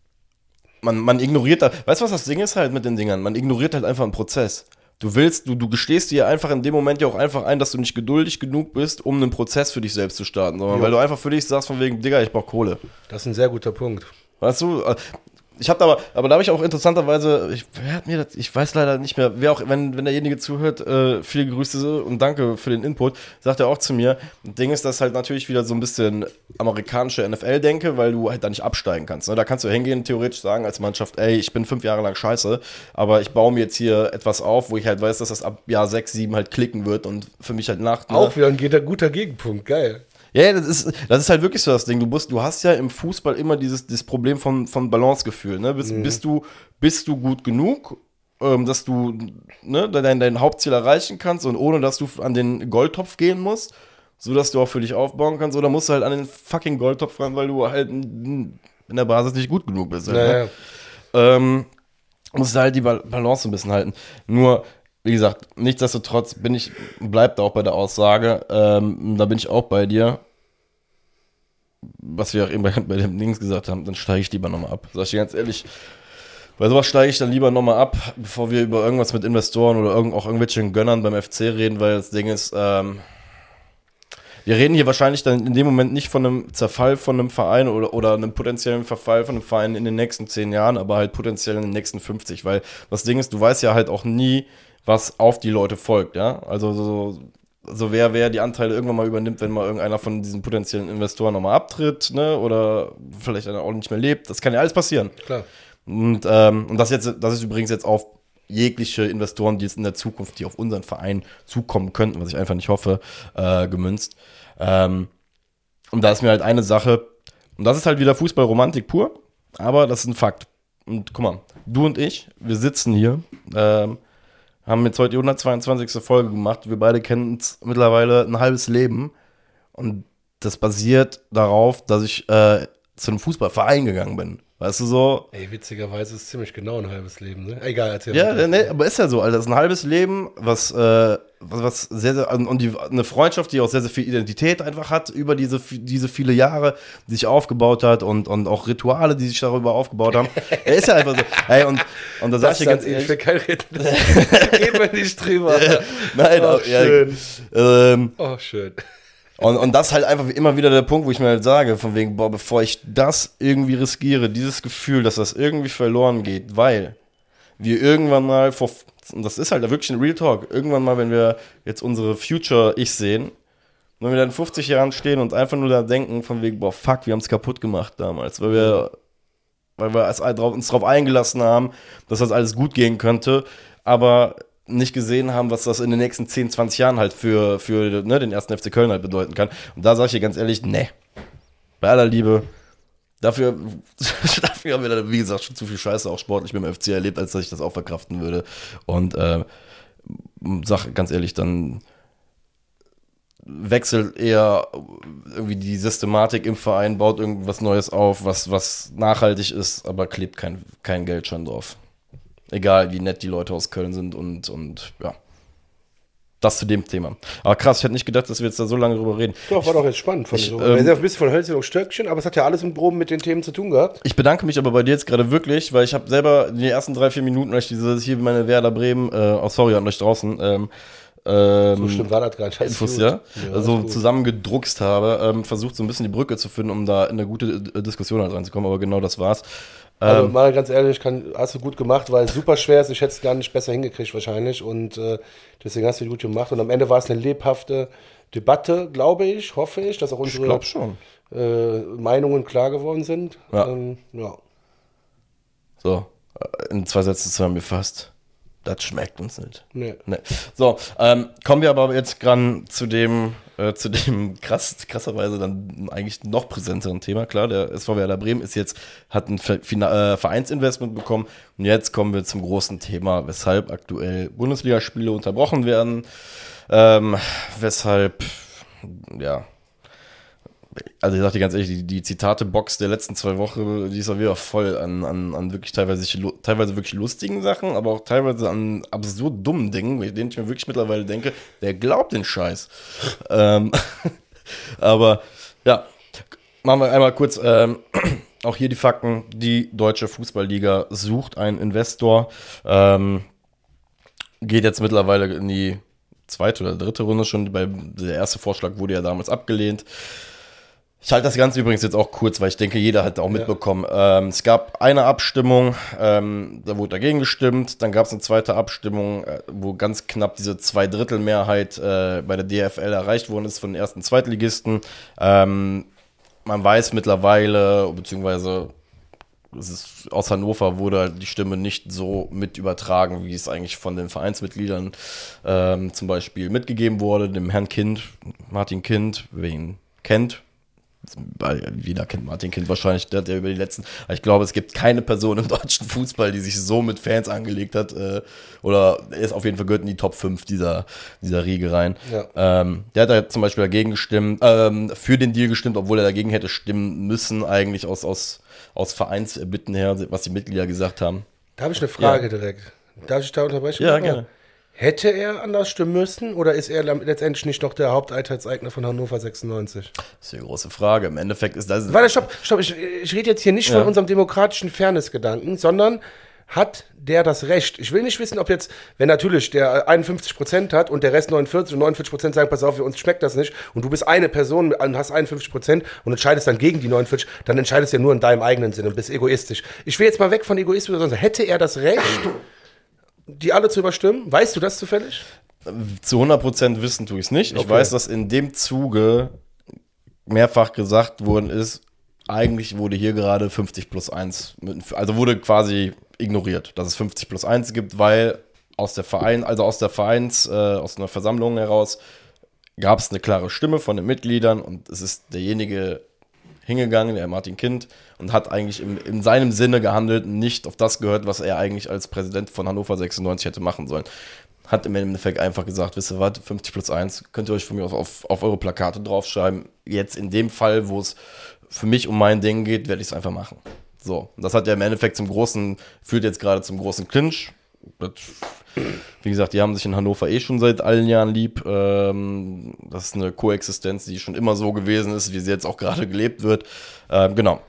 man ignoriert da... Weißt du, was das Ding ist halt mit den Dingern? Man ignoriert halt einfach einen Prozess. Du gestehst dir einfach in dem Moment ja auch einfach ein, dass du nicht geduldig genug bist, um einen Prozess für dich selbst zu starten, sondern weil du einfach für dich sagst von wegen, Digga, ich brauch Kohle. Das ist ein sehr guter Punkt. Weißt du, Ich habe aber da habe ich auch interessanterweise, ich weiß leider nicht mehr, wer auch, wenn derjenige zuhört, viele Grüße und danke für den Input, sagt er auch zu mir, das Ding ist, dass halt natürlich wieder so ein bisschen amerikanische NFL-Denke, weil du halt da nicht absteigen kannst. Ne? Da kannst du hingehen, theoretisch sagen als Mannschaft, ey, ich bin 5 Jahre lang scheiße, aber ich baue mir jetzt hier etwas auf, wo ich halt weiß, dass das ab Jahr 6, 7 halt klicken wird und für mich halt nach. Auch wieder ein guter Gegenpunkt, geil. Ja, das ist halt wirklich so das Ding. Du hast ja im Fußball immer dieses Problem von Balancegefühl. Ne? Bist du gut genug, dass du dein Hauptziel erreichen kannst und ohne, dass du an den Goldtopf gehen musst, sodass du auch für dich aufbauen kannst, oder musst du halt an den fucking Goldtopf ran, weil du halt in der Basis nicht gut genug bist. Halt, ne? Musst du halt die Balance ein bisschen halten. Nur, wie gesagt, nichtsdestotrotz bleib da auch bei der Aussage, da bin ich auch bei dir, was wir auch eben bei dem Dings gesagt haben, dann steige ich lieber nochmal ab. Sag ich dir ganz ehrlich, bei sowas steige ich dann lieber nochmal ab, bevor wir über irgendwas mit Investoren oder auch irgendwelchen Gönnern beim FC reden, weil das Ding ist, wir reden hier wahrscheinlich dann in dem Moment nicht von einem Zerfall von einem Verein oder einem potenziellen Verfall von einem Verein in den nächsten 10 Jahren, aber halt potenziell in den nächsten 50, weil das Ding ist, du weißt ja halt auch nie, was auf die Leute folgt, ja, also so wer die Anteile irgendwann mal übernimmt, wenn mal irgendeiner von diesen potenziellen Investoren nochmal abtritt, ne, oder vielleicht dann auch nicht mehr lebt, das kann ja alles passieren. Klar. Und das ist übrigens jetzt auf jegliche Investoren, die jetzt in der Zukunft, die auf unseren Verein zukommen könnten, was ich einfach nicht hoffe, gemünzt. Und da ist mir halt eine Sache, und das ist halt wieder Fußballromantik pur, aber das ist ein Fakt. Und guck mal, du und ich, wir sitzen hier, haben jetzt heute die 122. Folge gemacht. Wir beide kennen uns mittlerweile ein halbes Leben. Und das basiert darauf, dass ich zu einem Fußballverein gegangen bin. Weißt du so? Ey, witzigerweise ist es ziemlich genau ein halbes Leben, ne? Egal, erzähl. Ja, ne, aber ist ja so, Alter. Das ist ein halbes Leben, was sehr, sehr, und eine Freundschaft, die auch sehr, sehr viel Identität einfach hat, über diese viele Jahre, die sich aufgebaut hat und auch Rituale, die sich darüber aufgebaut haben. Ist ja einfach so. Ey, und da sag ich dir ganz ehrlich. Ich will kein Reden. Gehen wir nicht drüber. Nein, oh, schön. Ja, schön. Und das ist halt einfach immer wieder der Punkt, wo ich mir halt sage, von wegen, boah, bevor ich das irgendwie riskiere, dieses Gefühl, dass das irgendwie verloren geht, weil wir irgendwann mal, und das ist halt wirklich ein Real Talk, irgendwann mal, wenn wir jetzt unsere Future-Ich sehen, wenn wir dann in 50 Jahren stehen und einfach nur da denken, von wegen, boah, fuck, wir haben es kaputt gemacht damals, weil wir uns drauf eingelassen haben, dass das alles gut gehen könnte, aber nicht gesehen haben, was das in den nächsten 10, 20 Jahren halt für den ersten FC Köln halt bedeuten kann. Und da sage ich dir ganz ehrlich, ne. Bei aller Liebe, dafür haben wir dann, wie gesagt, schon zu viel Scheiße auch sportlich mit dem FC erlebt, als dass ich das auch verkraften würde. Und sag ganz ehrlich, dann wechselt eher irgendwie die Systematik im Verein, baut irgendwas Neues auf, was nachhaltig ist, aber klebt kein Geld schon drauf. Egal, wie nett die Leute aus Köln sind und ja. Das zu dem Thema. Aber krass, ich hätte nicht gedacht, dass wir jetzt da so lange drüber reden. Doch, war doch jetzt spannend. Wir sind ja ein bisschen von Hölzchen und Stöckchen, aber es hat ja alles im Groben mit den Themen zu tun gehabt. Ich bedanke mich aber bei dir jetzt gerade wirklich, weil ich habe selber die ersten 3-4 Minuten, als ich hier meine Werder Bremen, sorry an euch draußen, so stimmt war das gar nicht. Infos, ja so zusammengedruckst habe, versucht so ein bisschen die Brücke zu finden, um da in eine gute Diskussion halt reinzukommen, aber genau das war's. Also mal ganz ehrlich, hast du gut gemacht, weil es super schwer ist. Ich hätte es gar nicht besser hingekriegt wahrscheinlich und deswegen hast du gut gemacht. Und am Ende war es eine lebhafte Debatte, glaube ich, hoffe ich, dass auch unsere Meinungen klar geworden sind. Ja. Ja. So, in 2 Sätzen zusammengefasst. Das schmeckt uns nicht. Nee. So, kommen wir aber jetzt gerade zu dem krasserweise dann eigentlich noch präsenteren Thema. Klar, der SV Werder Bremen hat ein Vereinsinvestment bekommen und jetzt kommen wir zum großen Thema, weshalb aktuell Bundesligaspiele unterbrochen werden, weshalb, ja, also ich sag dir ganz ehrlich, die Zitate-Box der letzten 2 Wochen, die ist auch wieder voll an wirklich teilweise wirklich lustigen Sachen, aber auch teilweise an absurd dummen Dingen, mit denen ich mir wirklich mittlerweile denke, wer glaubt den Scheiß? Aber ja, machen wir einmal kurz auch hier die Fakten. Die Deutsche Fußballliga sucht einen Investor, geht jetzt mittlerweile in die 2. oder 3. Runde schon, weil der erste Vorschlag wurde ja damals abgelehnt. Ich halte das Ganze übrigens jetzt auch kurz, weil ich denke, jeder hat auch mitbekommen. Es gab eine Abstimmung, da wurde dagegen gestimmt. Dann gab es eine zweite Abstimmung, wo ganz knapp diese 2/3 bei der DFL erreicht worden ist von den ersten Zweitligisten. Man weiß mittlerweile, beziehungsweise aus Hannover wurde halt die Stimme nicht so mit übertragen, wie es eigentlich von den Vereinsmitgliedern zum Beispiel mitgegeben wurde. Dem Herrn Kind, Martin Kind, wer ihn kennt, jeder kennt Martin Kind wahrscheinlich, der hat ja über die letzten, ich glaube, es gibt keine Person im deutschen Fußball, die sich so mit Fans angelegt hat, oder er ist auf jeden Fall gehört in die Top 5 dieser Riege rein. Ja. Der hat da zum Beispiel dagegen gestimmt, für den Deal gestimmt, obwohl er dagegen hätte stimmen müssen, eigentlich aus Vereinsbitten her, was die Mitglieder gesagt haben. Da habe ich eine Frage direkt. Darf ich da unterbrechen? Ja, gerne. Hätte er anders stimmen müssen oder ist er letztendlich nicht noch der Haupteigner von Hannover 96? Das ist eine große Frage. Im Endeffekt ist das... Warte, stopp. Ich rede jetzt hier nicht von unserem demokratischen Fairness-Gedanken, sondern hat der das Recht? Ich will nicht wissen, ob jetzt, wenn natürlich der 51% hat und der Rest 49 und 49% sagen, pass auf, uns schmeckt das nicht und du bist eine Person und hast 51% und entscheidest dann gegen die 49, dann entscheidest du ja nur in deinem eigenen Sinne und bist egoistisch. Ich will jetzt mal weg von Egoismus, sondern hätte er das Recht, die alle zu überstimmen? Weißt du das zufällig? Zu 100% wissen tue ich es nicht. Okay. Ich weiß, dass in dem Zuge mehrfach gesagt worden ist, eigentlich wurde hier gerade 50+1, also wurde quasi ignoriert, dass es 50+1 gibt, weil aus einer Versammlung heraus gab es eine klare Stimme von den Mitgliedern und es ist derjenige hingegangen, der Martin Kind, und hat eigentlich in seinem Sinne gehandelt und nicht auf das gehört, was er eigentlich als Präsident von Hannover 96 hätte machen sollen. Hat im Endeffekt einfach gesagt, wisst ihr was, 50+1, könnt ihr euch von mir auf eure Plakate draufschreiben. Jetzt in dem Fall, wo es für mich um mein Ding geht, werde ich es einfach machen. So, und das hat ja im Endeffekt führt jetzt gerade zum großen Clinch. Wie gesagt, die haben sich in Hannover schon seit allen Jahren lieb. Das ist eine Koexistenz, die schon immer so gewesen ist, wie sie jetzt auch gerade gelebt wird. Genau.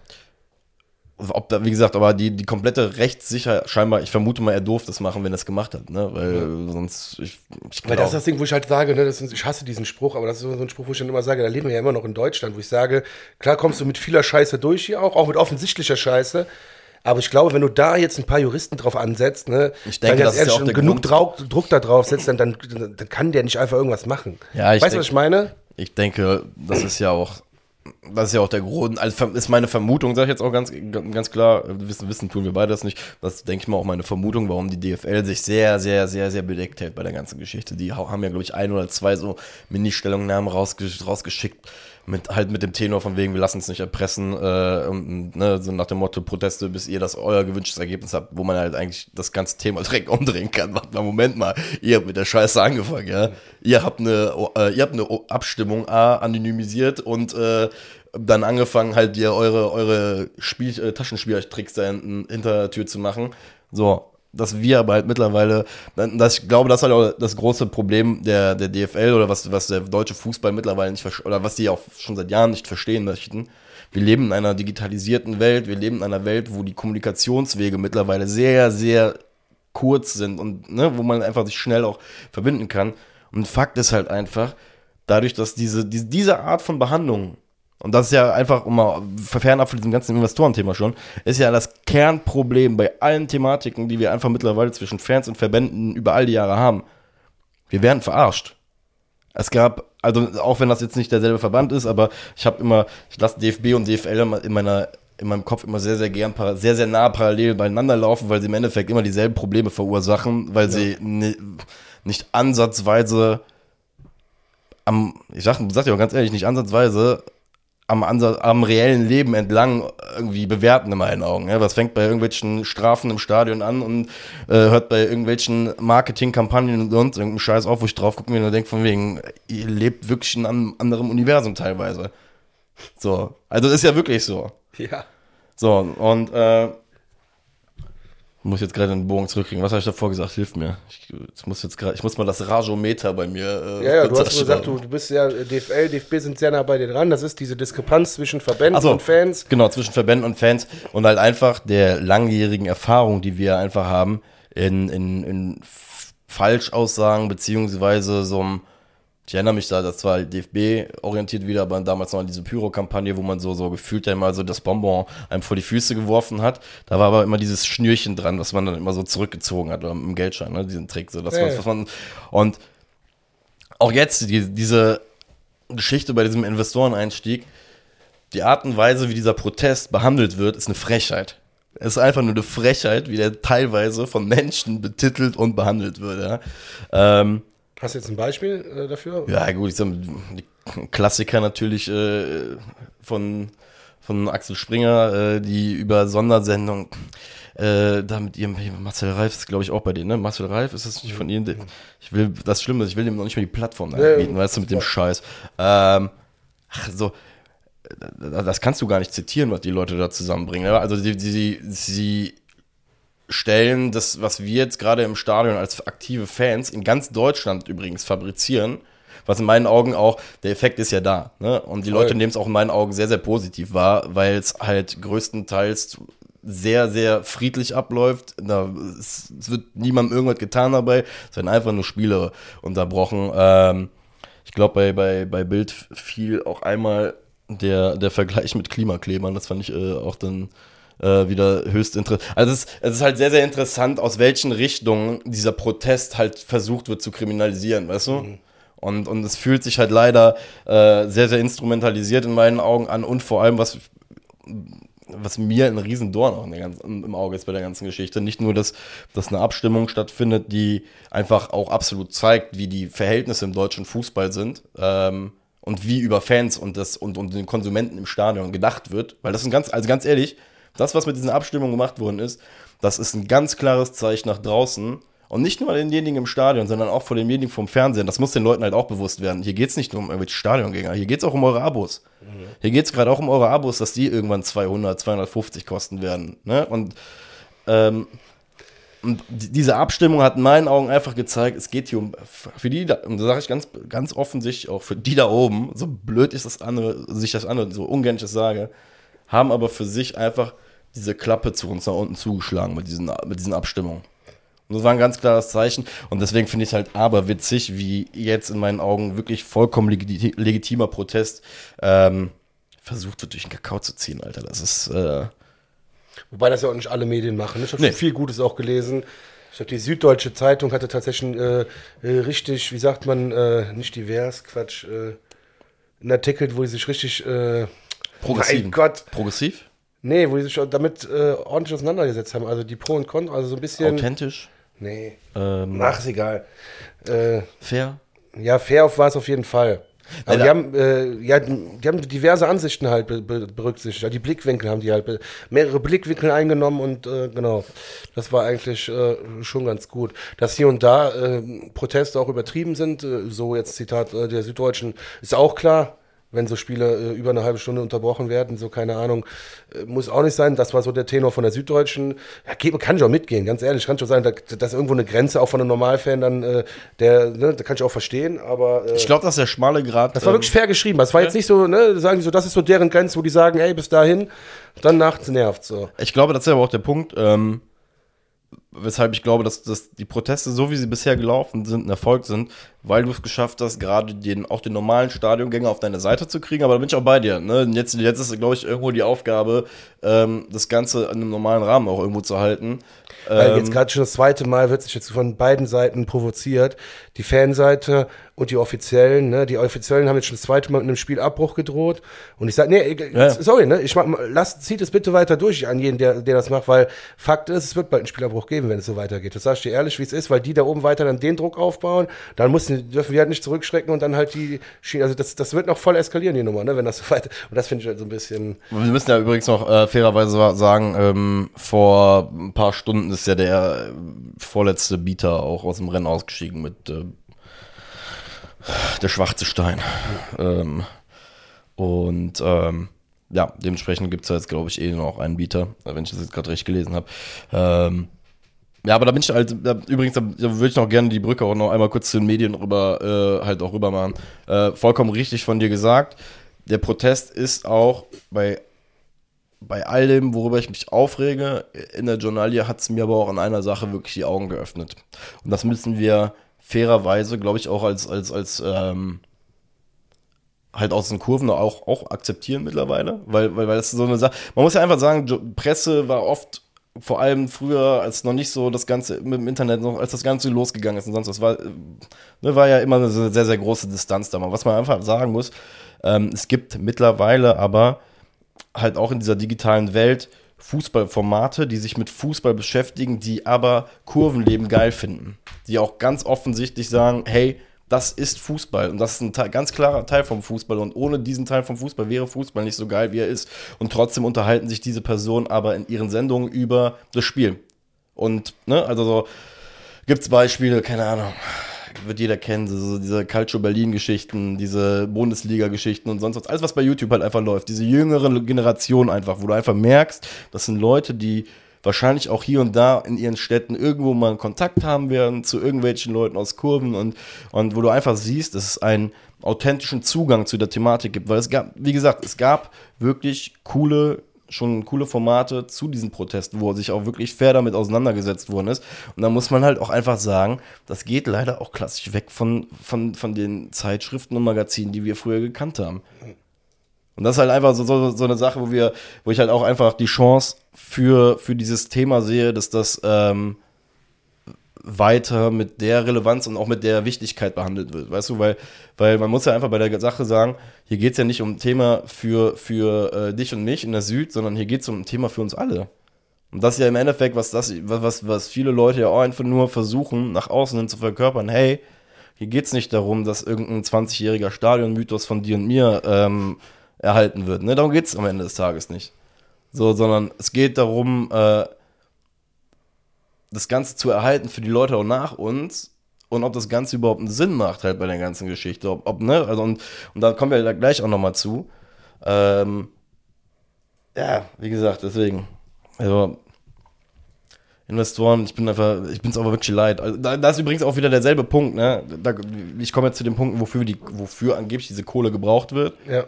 Wie gesagt, aber die komplette Rechtssicher, scheinbar, ich vermute mal, er durfte das machen, wenn er es gemacht hat, ne? Weil sonst, ich Weil das ist das Ding, wo ich halt sage, ne, ich hasse diesen Spruch, aber das ist so ein Spruch, wo ich dann immer sage, da leben wir ja immer noch in Deutschland, wo ich sage, klar kommst du mit vieler Scheiße durch hier auch mit offensichtlicher Scheiße, aber ich glaube, wenn du da jetzt ein paar Juristen drauf ansetzt, ne, ich denke, das ist ja auch der genug Druck da drauf setzt, dann kann der nicht einfach irgendwas machen. Ja, weißt du, was ich meine? Ich denke, das ist ja auch der Grund, also ist meine Vermutung, sage ich jetzt auch ganz klar, wissen tun wir beide das nicht, das ist, denke ich mal, auch meine Vermutung, warum die DFL sich sehr, sehr, sehr, sehr bedeckt hält bei der ganzen Geschichte. Die haben ja, glaube ich, 1 oder 2 so Mini-Stellungnahmen rausgeschickt, mit dem Tenor von wegen, wir lassen uns nicht erpressen, und ne, so nach dem Motto Proteste, bis ihr euer gewünschtes Ergebnis habt, wo man halt eigentlich das ganze Thema direkt umdrehen kann. Moment mal, ihr habt mit der Scheiße angefangen, ja? Ihr habt eine Abstimmung anonymisiert und dann angefangen, halt ihr eure Taschenspielertricks da hinter der Tür zu machen. So, dass wir aber halt mittlerweile, ich glaube, das ist halt auch das große Problem der DFL oder was der deutsche Fußball mittlerweile nicht oder was die auch schon seit Jahren nicht verstehen möchten. Wir leben in einer digitalisierten Welt, wir leben in einer Welt, wo die Kommunikationswege mittlerweile sehr, sehr kurz sind und ne, wo man einfach sich schnell auch verbinden kann. Und Fakt ist halt einfach, dadurch, dass diese Art von Behandlung, und das ist ja einfach, fernab von diesem ganzen Investorenthema schon, ist ja das Kernproblem bei allen Thematiken, die wir einfach mittlerweile zwischen Fans und Verbänden über all die Jahre haben. Wir werden verarscht. Es gab, also auch wenn das jetzt nicht derselbe Verband ist, aber ich lasse DFB und DFL in meinem Kopf immer sehr, sehr gern, sehr, sehr nah parallel beieinander laufen, weil sie im Endeffekt immer dieselben Probleme verursachen, weil sie nicht ansatzweise ich sag dir auch ganz ehrlich, nicht ansatzweise am reellen Leben entlang irgendwie bewerten in meinen Augen. Ja? Was fängt bei irgendwelchen Strafen im Stadion an und hört bei irgendwelchen Marketingkampagnen und sonst irgendeinem Scheiß auf, wo ich drauf gucke und denke von wegen, ihr lebt wirklich in einem anderen Universum teilweise. So, also ist ja wirklich so. Ja. So, und muss jetzt gerade den Bogen zurückkriegen. Was habe ich davor gesagt? Hilf mir. Ich muss mal das Rajometer bei mir. Ja, du hast gesagt, du bist ja DFB sind sehr nah bei dir dran. Das ist diese Diskrepanz zwischen Verbänden und Fans. Genau, zwischen Verbänden und Fans und halt einfach der langjährigen Erfahrung, die wir einfach haben in Falschaussagen beziehungsweise so einem Ich erinnere mich da, das war DFB orientiert wieder, aber damals noch an diese Pyro-Kampagne, wo man so gefühlt ja immer so das Bonbon einem vor die Füße geworfen hat. Da war aber immer dieses Schnürchen dran, was man dann immer so zurückgezogen hat, oder im Geldschein, ne, diesen Trick. So, was man, und auch jetzt, diese Geschichte bei diesem Investoreneinstieg, die Art und Weise, wie dieser Protest behandelt wird, ist eine Frechheit. Es ist einfach nur eine Frechheit, wie der teilweise von Menschen betitelt und behandelt wird. Ja. Hast du jetzt ein Beispiel dafür? Ja, gut, ich sag, die Klassiker natürlich von Axel Springer, die über Sondersendung, da mit ihrem Marcel Reif ist, glaube ich, auch bei denen, ne? Marcel Reif, ist das nicht von ihnen? Das Schlimme ist, ich will dem noch nicht mal die Plattform anbieten, weißt du, mit dem Scheiß. Das kannst du gar nicht zitieren, was die Leute da zusammenbringen. Ja? Also sie stellen das, was wir jetzt gerade im Stadion als aktive Fans in ganz Deutschland übrigens fabrizieren, was in meinen Augen auch, der Effekt ist ja da, ne? Und die Leute nehmen es auch in meinen Augen sehr, sehr positiv wahr, weil es halt größtenteils sehr, sehr friedlich abläuft. Es wird niemandem irgendwas getan dabei, es werden einfach nur Spiele unterbrochen. Ich glaube, bei Bild fiel auch einmal der Vergleich mit Klimaklebern, das fand ich auch dann wieder höchst interessant. Also es ist halt sehr, sehr interessant, aus welchen Richtungen dieser Protest halt versucht wird zu kriminalisieren, weißt du? Mhm. Und es fühlt sich halt leider sehr, sehr instrumentalisiert in meinen Augen an und vor allem, was mir ein Riesendorn auch im Auge ist bei der ganzen Geschichte. Nicht nur, dass eine Abstimmung stattfindet, die einfach auch absolut zeigt, wie die Verhältnisse im deutschen Fußball sind, und wie über Fans und den Konsumenten im Stadion gedacht wird. Weil das ist ganz ehrlich, das, was mit diesen Abstimmungen gemacht worden ist, das ist ein ganz klares Zeichen nach draußen. Und nicht nur denjenigen im Stadion, sondern auch vor denjenigen vom Fernsehen. Das muss den Leuten halt auch bewusst werden. Hier geht es nicht nur um irgendwelche Stadiongänger, hier geht es auch um eure Abos. Mhm. Hier geht es gerade auch um eure Abos, dass die irgendwann 200, 250 kosten werden. Ne? Und diese Abstimmung hat in meinen Augen einfach gezeigt, es geht hier für die, und da sage ich ganz, ganz offensichtlich auch für die da oben, so blöd ist sich das andere, so ungern ich das sage, haben aber für sich einfach diese Klappe zu uns nach unten zugeschlagen mit diesen Abstimmungen. Und das war ein ganz klares Zeichen. Und deswegen finde ich es halt aberwitzig, wie jetzt in meinen Augen wirklich vollkommen legitimer Protest versucht wird, durch den Kakao zu ziehen, Alter. Das ist Wobei das ja auch nicht alle Medien machen. Ich habe schon viel Gutes auch gelesen. Ich glaube, die Süddeutsche Zeitung hatte tatsächlich richtig, wie sagt man, nicht divers, Quatsch, einen Artikel, wo sie sich richtig Mein Gott. Progressiv? Nee, wo die sich damit ordentlich auseinandergesetzt haben. Also die Pro und Contra, also so ein bisschen. Authentisch? Nee. Ach, ist egal. Fair? Ja, fair war es auf jeden Fall. Aber die haben diverse Ansichten halt berücksichtigt. Ja, die Blickwinkel haben die halt mehrere Blickwinkel eingenommen und genau. Das war eigentlich schon ganz gut. Dass hier und da Proteste auch übertrieben sind, so jetzt Zitat der Süddeutschen, ist auch klar. Wenn so Spiele über eine halbe Stunde unterbrochen werden, so keine Ahnung, muss auch nicht sein. Das war so der Tenor von der Süddeutschen. Ja, kann ich auch mitgehen, ganz ehrlich. Kann schon sein, dass irgendwo eine Grenze auch von einem Normalfan dann, da kann ich auch verstehen, aber ich glaube, das ist der schmale Grat. Das war wirklich fair geschrieben. Das war jetzt nicht so, ne, sagen die so, das ist so deren Grenze, wo die sagen, ey, bis dahin, dann nachts nervt so. Ich glaube, das ist aber auch der Punkt, weshalb ich glaube, dass die Proteste, so wie sie bisher gelaufen sind, ein Erfolg sind, weil du es geschafft hast, gerade auch den normalen Stadiongänger auf deine Seite zu kriegen, aber da bin ich auch bei dir. Ne? Jetzt ist, glaube ich, irgendwo die Aufgabe, das Ganze in einem normalen Rahmen auch irgendwo zu halten. Weil jetzt gerade schon das zweite Mal wird sich jetzt von beiden Seiten provoziert. Die Fanseite und die Offiziellen. Ne? Die Offiziellen haben jetzt schon das zweite Mal mit einem Spielabbruch gedroht. Und ich sage, sorry, ne? Zieht es bitte weiter durch an jeden, der das macht, weil Fakt ist, es wird bald einen Spielabbruch geben, wenn es so weitergeht. Das sag ich dir ehrlich, wie es ist, weil die da oben weiter dann den Druck aufbauen. Dann dürfen wir halt nicht zurückschrecken und dann halt also das wird noch voll eskalieren, die Nummer, ne? Wenn das so weiter. Und das finde ich halt so ein bisschen. Wir müssen ja übrigens noch fairerweise sagen, vor ein paar Stunden ist ja der vorletzte Bieter auch aus dem Rennen ausgestiegen mit der schwarze Stein. Ja, dementsprechend gibt es jetzt, glaube ich, noch einen Bieter, wenn ich das jetzt gerade recht gelesen habe. Ja, aber da bin ich halt, übrigens, da würde ich noch gerne die Brücke auch noch einmal kurz zu den Medien rüber machen. Vollkommen richtig von dir gesagt. Der Protest ist auch bei all dem, worüber ich mich aufrege, in der Journalie hat es mir aber auch in einer Sache wirklich die Augen geöffnet. Und das müssen wir fairerweise, glaube ich, auch als halt aus den Kurven auch akzeptieren mittlerweile, weil das ist so eine Sache. Man muss ja einfach sagen, Presse war oft, vor allem früher, als noch nicht so das Ganze mit dem Internet, noch als das Ganze losgegangen ist und sonst was, war ja immer eine sehr, sehr große Distanz da mal. Was man einfach sagen muss, es gibt mittlerweile aber halt auch in dieser digitalen Welt Fußballformate, die sich mit Fußball beschäftigen, die aber Kurvenleben geil finden. Die auch ganz offensichtlich sagen, hey, das ist Fußball und das ist ein ganz klarer Teil vom Fußball und ohne diesen Teil vom Fußball wäre Fußball nicht so geil, wie er ist. Und trotzdem unterhalten sich diese Personen aber in ihren Sendungen über das Spiel. Und, ne, also so gibt's Beispiele, keine Ahnung, wird jeder kennen, so diese Calcio Berlin-Geschichten, diese Bundesliga-Geschichten und sonst was. Alles, was bei YouTube halt einfach läuft. Diese jüngere Generation einfach, wo du einfach merkst, das sind Leute, die wahrscheinlich auch hier und da in ihren Städten irgendwo mal Kontakt haben werden zu irgendwelchen Leuten aus Kurven und wo du einfach siehst, dass es einen authentischen Zugang zu der Thematik gibt. Weil es gab, wie gesagt, wirklich coole Formate zu diesen Protesten, wo sich auch wirklich fair damit auseinandergesetzt worden ist. Und da muss man halt auch einfach sagen, das geht leider auch klassisch weg von den Zeitschriften und Magazinen, die wir früher gekannt haben. Und das ist halt einfach so eine Sache, wo ich halt auch einfach die Chance für dieses Thema sehe, dass das weiter mit der Relevanz und auch mit der Wichtigkeit behandelt wird, weißt du, weil man muss ja einfach bei der Sache sagen, hier geht es ja nicht um ein Thema für dich und mich in der Süd, sondern hier geht es um ein Thema für uns alle. Und das ist ja im Endeffekt, was viele Leute ja auch einfach nur versuchen, nach außen hin zu verkörpern, hey, hier geht es nicht darum, dass irgendein 20-jähriger Stadionmythos von dir und mir erhalten wird. Ne? Darum geht es am Ende des Tages nicht. So, sondern es geht darum, das Ganze zu erhalten für die Leute auch nach uns und ob das Ganze überhaupt einen Sinn macht halt bei der ganzen Geschichte. Ne? Also und da kommen wir da gleich auch nochmal zu. Ja, wie gesagt, deswegen. Also Investoren, ich bin's aber wirklich leid. Also, da ist übrigens auch wieder derselbe Punkt, ne? Ich komme jetzt zu den Punkten, wofür angeblich diese Kohle gebraucht wird. Ja.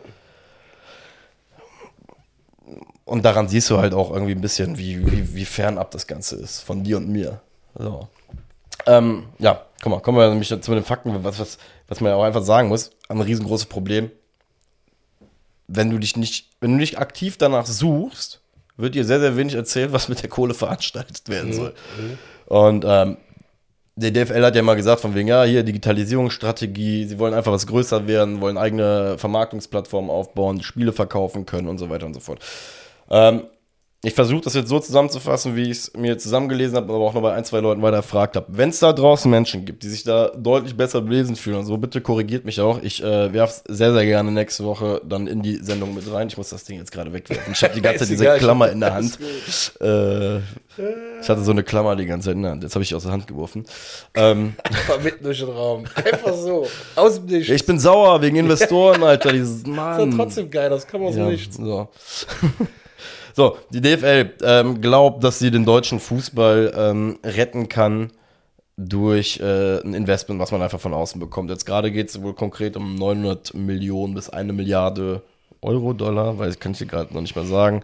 Und daran siehst du halt auch irgendwie ein bisschen, wie fernab das Ganze ist von dir und mir. So. Ja, guck mal, kommen wir nämlich zu den Fakten, was man ja auch einfach sagen muss, ein riesengroßes Problem. Wenn du nicht aktiv danach suchst, wird dir sehr, sehr wenig erzählt, was mit der Kohle veranstaltet werden soll. Und der DFL hat ja mal gesagt, von wegen, ja, hier Digitalisierungsstrategie, sie wollen einfach was größer werden, wollen eigene Vermarktungsplattformen aufbauen, die Spiele verkaufen können und so weiter und so fort. Ich versuche das jetzt so zusammenzufassen, wie ich es mir zusammengelesen habe, aber auch noch bei ein, zwei Leuten weiter gefragt habe. Wenn es da draußen Menschen gibt, die sich da deutlich besser belesen fühlen und so, bitte korrigiert mich auch. Ich werfe es sehr, sehr gerne nächste Woche dann in die Sendung mit rein. Ich muss das Ding jetzt gerade wegwerfen. Ich habe die ganze Zeit diese Klammer in der Hand. Ich hatte so eine Klammer die ganze Zeit in der Hand. Jetzt habe ich die aus der Hand geworfen. Einfach mitten durch den Raum. Einfach so. Aus dem Nichts. Ich bin sauer wegen Investoren, Alter. Dieses Mann. Das ist doch trotzdem geil. Das kann man so nicht. So. So, die DFL glaubt, dass sie den deutschen Fußball retten kann durch ein Investment, was man einfach von außen bekommt. Jetzt gerade geht es wohl konkret um 900 Millionen bis 1 Milliarde Euro, Dollar, kann ich dir gerade noch nicht mal sagen,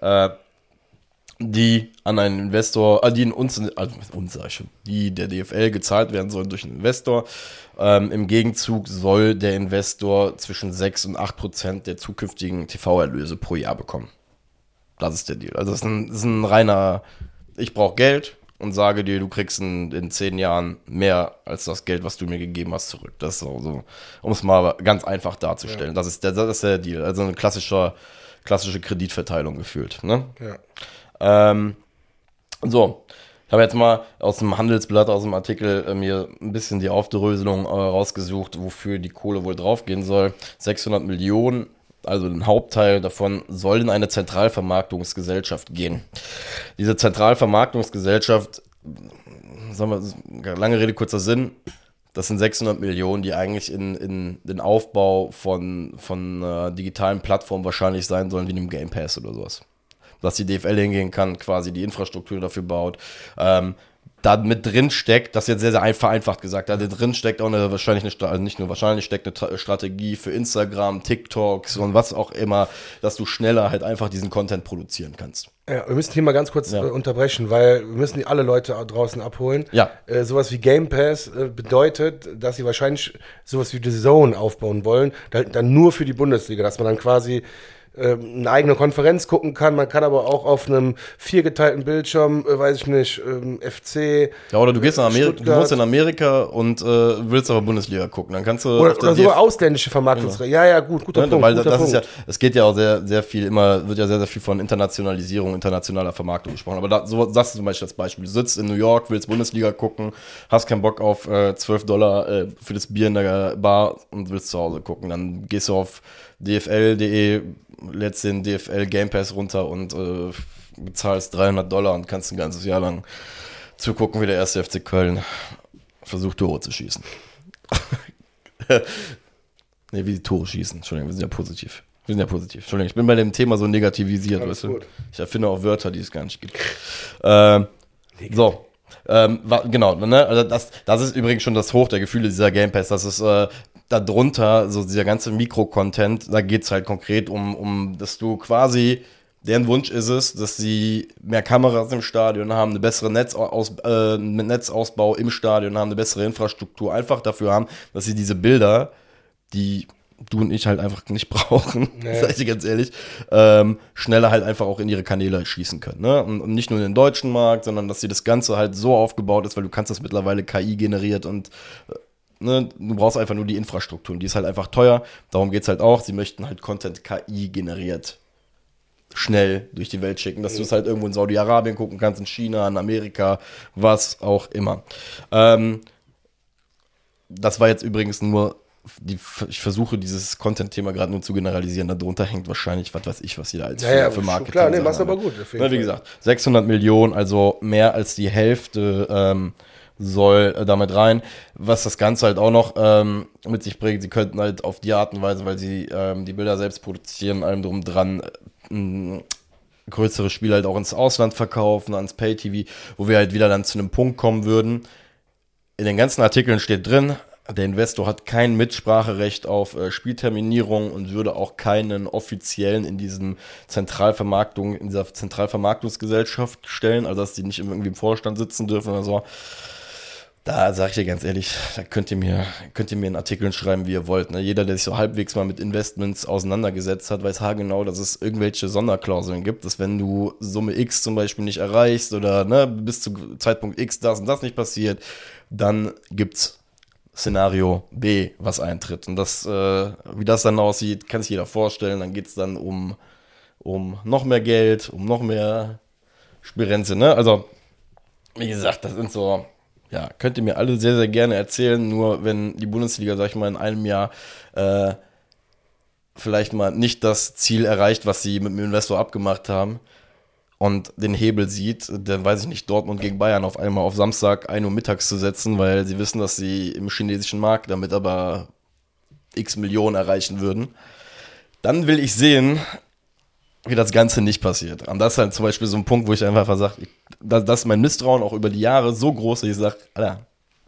die an einen Investor, die der DFL gezahlt werden sollen durch einen Investor. Im Gegenzug soll der Investor zwischen 6 und 8% der zukünftigen TV-Erlöse pro Jahr bekommen. Das ist der Deal. Also es ist ein reiner, ich brauche Geld und sage dir, du kriegst in 10 Jahren mehr als das Geld, was du mir gegeben hast, zurück. Das ist so, um es mal ganz einfach darzustellen. Ja. Das ist der Deal. Also eine klassische Kreditverteilung gefühlt. Ne? Ja. So, ich habe jetzt mal aus dem Handelsblatt, aus dem Artikel mir ein bisschen die Aufdröselung rausgesucht, wofür die Kohle wohl draufgehen soll. 600 Millionen. Also ein Hauptteil davon soll in eine Zentralvermarktungsgesellschaft gehen. Diese Zentralvermarktungsgesellschaft, sagen wir, lange Rede, kurzer Sinn, das sind 600 Millionen, die eigentlich in den Aufbau von digitalen Plattformen wahrscheinlich sein sollen, wie einem Game Pass oder sowas. Dass die DFL hingehen kann, quasi die Infrastruktur dafür baut, da mit drin steckt, das ist jetzt sehr, sehr vereinfacht gesagt, da drin steckt auch nicht nur wahrscheinlich, steckt eine Strategie für Instagram, TikToks und was auch immer, dass du schneller halt einfach diesen Content produzieren kannst. Ja, wir müssen hier mal ganz kurz unterbrechen, weil wir müssen alle Leute draußen abholen. Ja. Sowas wie Game Pass bedeutet, dass sie wahrscheinlich sowas wie The Zone aufbauen wollen, dann nur für die Bundesliga, dass man dann quasi eine eigene Konferenz gucken kann. Man kann aber auch auf einem viergeteilten Bildschirm, weiß ich nicht, FC. Ja, oder du gehst nach Amerika, Stuttgart. du wohnst in Amerika und willst aber Bundesliga gucken. Dann kannst du Oder sogar ausländische Vermarktungsrechte. Ja, guter Punkt. Weil guter das Punkt. ist ja, es geht ja auch sehr viel immer, wird ja sehr viel von Internationalisierung, internationaler Vermarktung gesprochen. Aber das ist zum Beispiel das Beispiel. Du sitzt in New York, willst Bundesliga gucken, hast keinen Bock auf $12 für das Bier in der Bar und willst zu Hause gucken. Dann gehst du auf dfl.de, lädst den DFL Game Pass runter und bezahlst $300 und kannst ein ganzes Jahr lang zugucken, wie der 1. FC Köln versucht, Tore zu schießen. Ne, wie die Tore schießen. Entschuldigung, wir sind ja positiv. Entschuldigung, ich bin bei dem Thema so negativisiert, Alles weißt du? gut. Ich erfinde auch Wörter, die es gar nicht gibt. Genau, ne? Also das ist übrigens schon das Hoch der Gefühle dieser Game Pass. Das ist darunter, so dieser ganze Mikro-Content, da geht es halt konkret um, dass du quasi, deren Wunsch ist es, dass sie mehr Kameras im Stadion haben, eine bessere Netzausbau im Stadion haben, eine bessere Infrastruktur, einfach dafür haben, dass sie diese Bilder, die du und ich halt einfach nicht brauchen, sag ich dir ganz ehrlich, schneller halt einfach auch in ihre Kanäle schießen können. Ne? Und nicht nur in den deutschen Markt, sondern dass sie das Ganze halt so aufgebaut ist, weil du kannst das mittlerweile KI generiert und ne, du brauchst einfach nur die Infrastruktur und die ist halt einfach teuer. Darum geht's halt auch. Sie möchten halt Content KI generiert schnell durch die Welt schicken, dass du es halt irgendwo in Saudi-Arabien gucken kannst, in China, in Amerika, was auch immer. Das war jetzt übrigens nur ich versuche dieses Content-Thema gerade nur zu generalisieren. Darunter hängt wahrscheinlich, was weiß ich, was jeder als für Marketing klar, nee, machst aber gut. Wie gesagt, 600 Millionen, also mehr als die Hälfte soll damit rein. Was das Ganze halt auch noch mit sich bringt, sie könnten halt auf die Art und Weise, weil sie die Bilder selbst produzieren, allem drum dran, größere Spiele halt auch ins Ausland verkaufen, ans Pay-TV, wo wir halt wieder dann zu einem Punkt kommen würden. In den ganzen Artikeln steht drin, der Investor hat kein Mitspracherecht auf Spielterminierung und würde auch keinen offiziellen in dieser Zentralvermarktungsgesellschaft stellen, also dass die nicht irgendwie im Vorstand sitzen dürfen oder so. Da sage ich dir ganz ehrlich, da könnt ihr mir in Artikeln schreiben, wie ihr wollt. Ne? Jeder, der sich so halbwegs mal mit Investments auseinandergesetzt hat, weiß haargenau, dass es irgendwelche Sonderklauseln gibt, dass wenn du Summe X zum Beispiel nicht erreichst oder ne, bis zu Zeitpunkt X das und das nicht passiert, dann gibt's Szenario B, was eintritt. Und das, wie das dann aussieht, kann sich jeder vorstellen. Dann geht es dann um noch mehr Geld, um noch mehr Spirenze, ne? Also, wie gesagt, das sind so, ja, könnt ihr mir alle sehr, sehr gerne erzählen, nur wenn die Bundesliga, sag ich mal, in einem Jahr vielleicht mal nicht das Ziel erreicht, was sie mit dem Investor abgemacht haben, und den Hebel sieht, dann weiß ich nicht, Dortmund gegen Bayern auf einmal auf Samstag 1 Uhr mittags zu setzen, weil sie wissen, dass sie im chinesischen Markt damit aber x Millionen erreichen würden. Dann will ich sehen, wie das Ganze nicht passiert. Und das ist halt zum Beispiel so ein Punkt, wo ich einfach sage, das ist mein Misstrauen auch über die Jahre so groß, dass ich sage, Alter,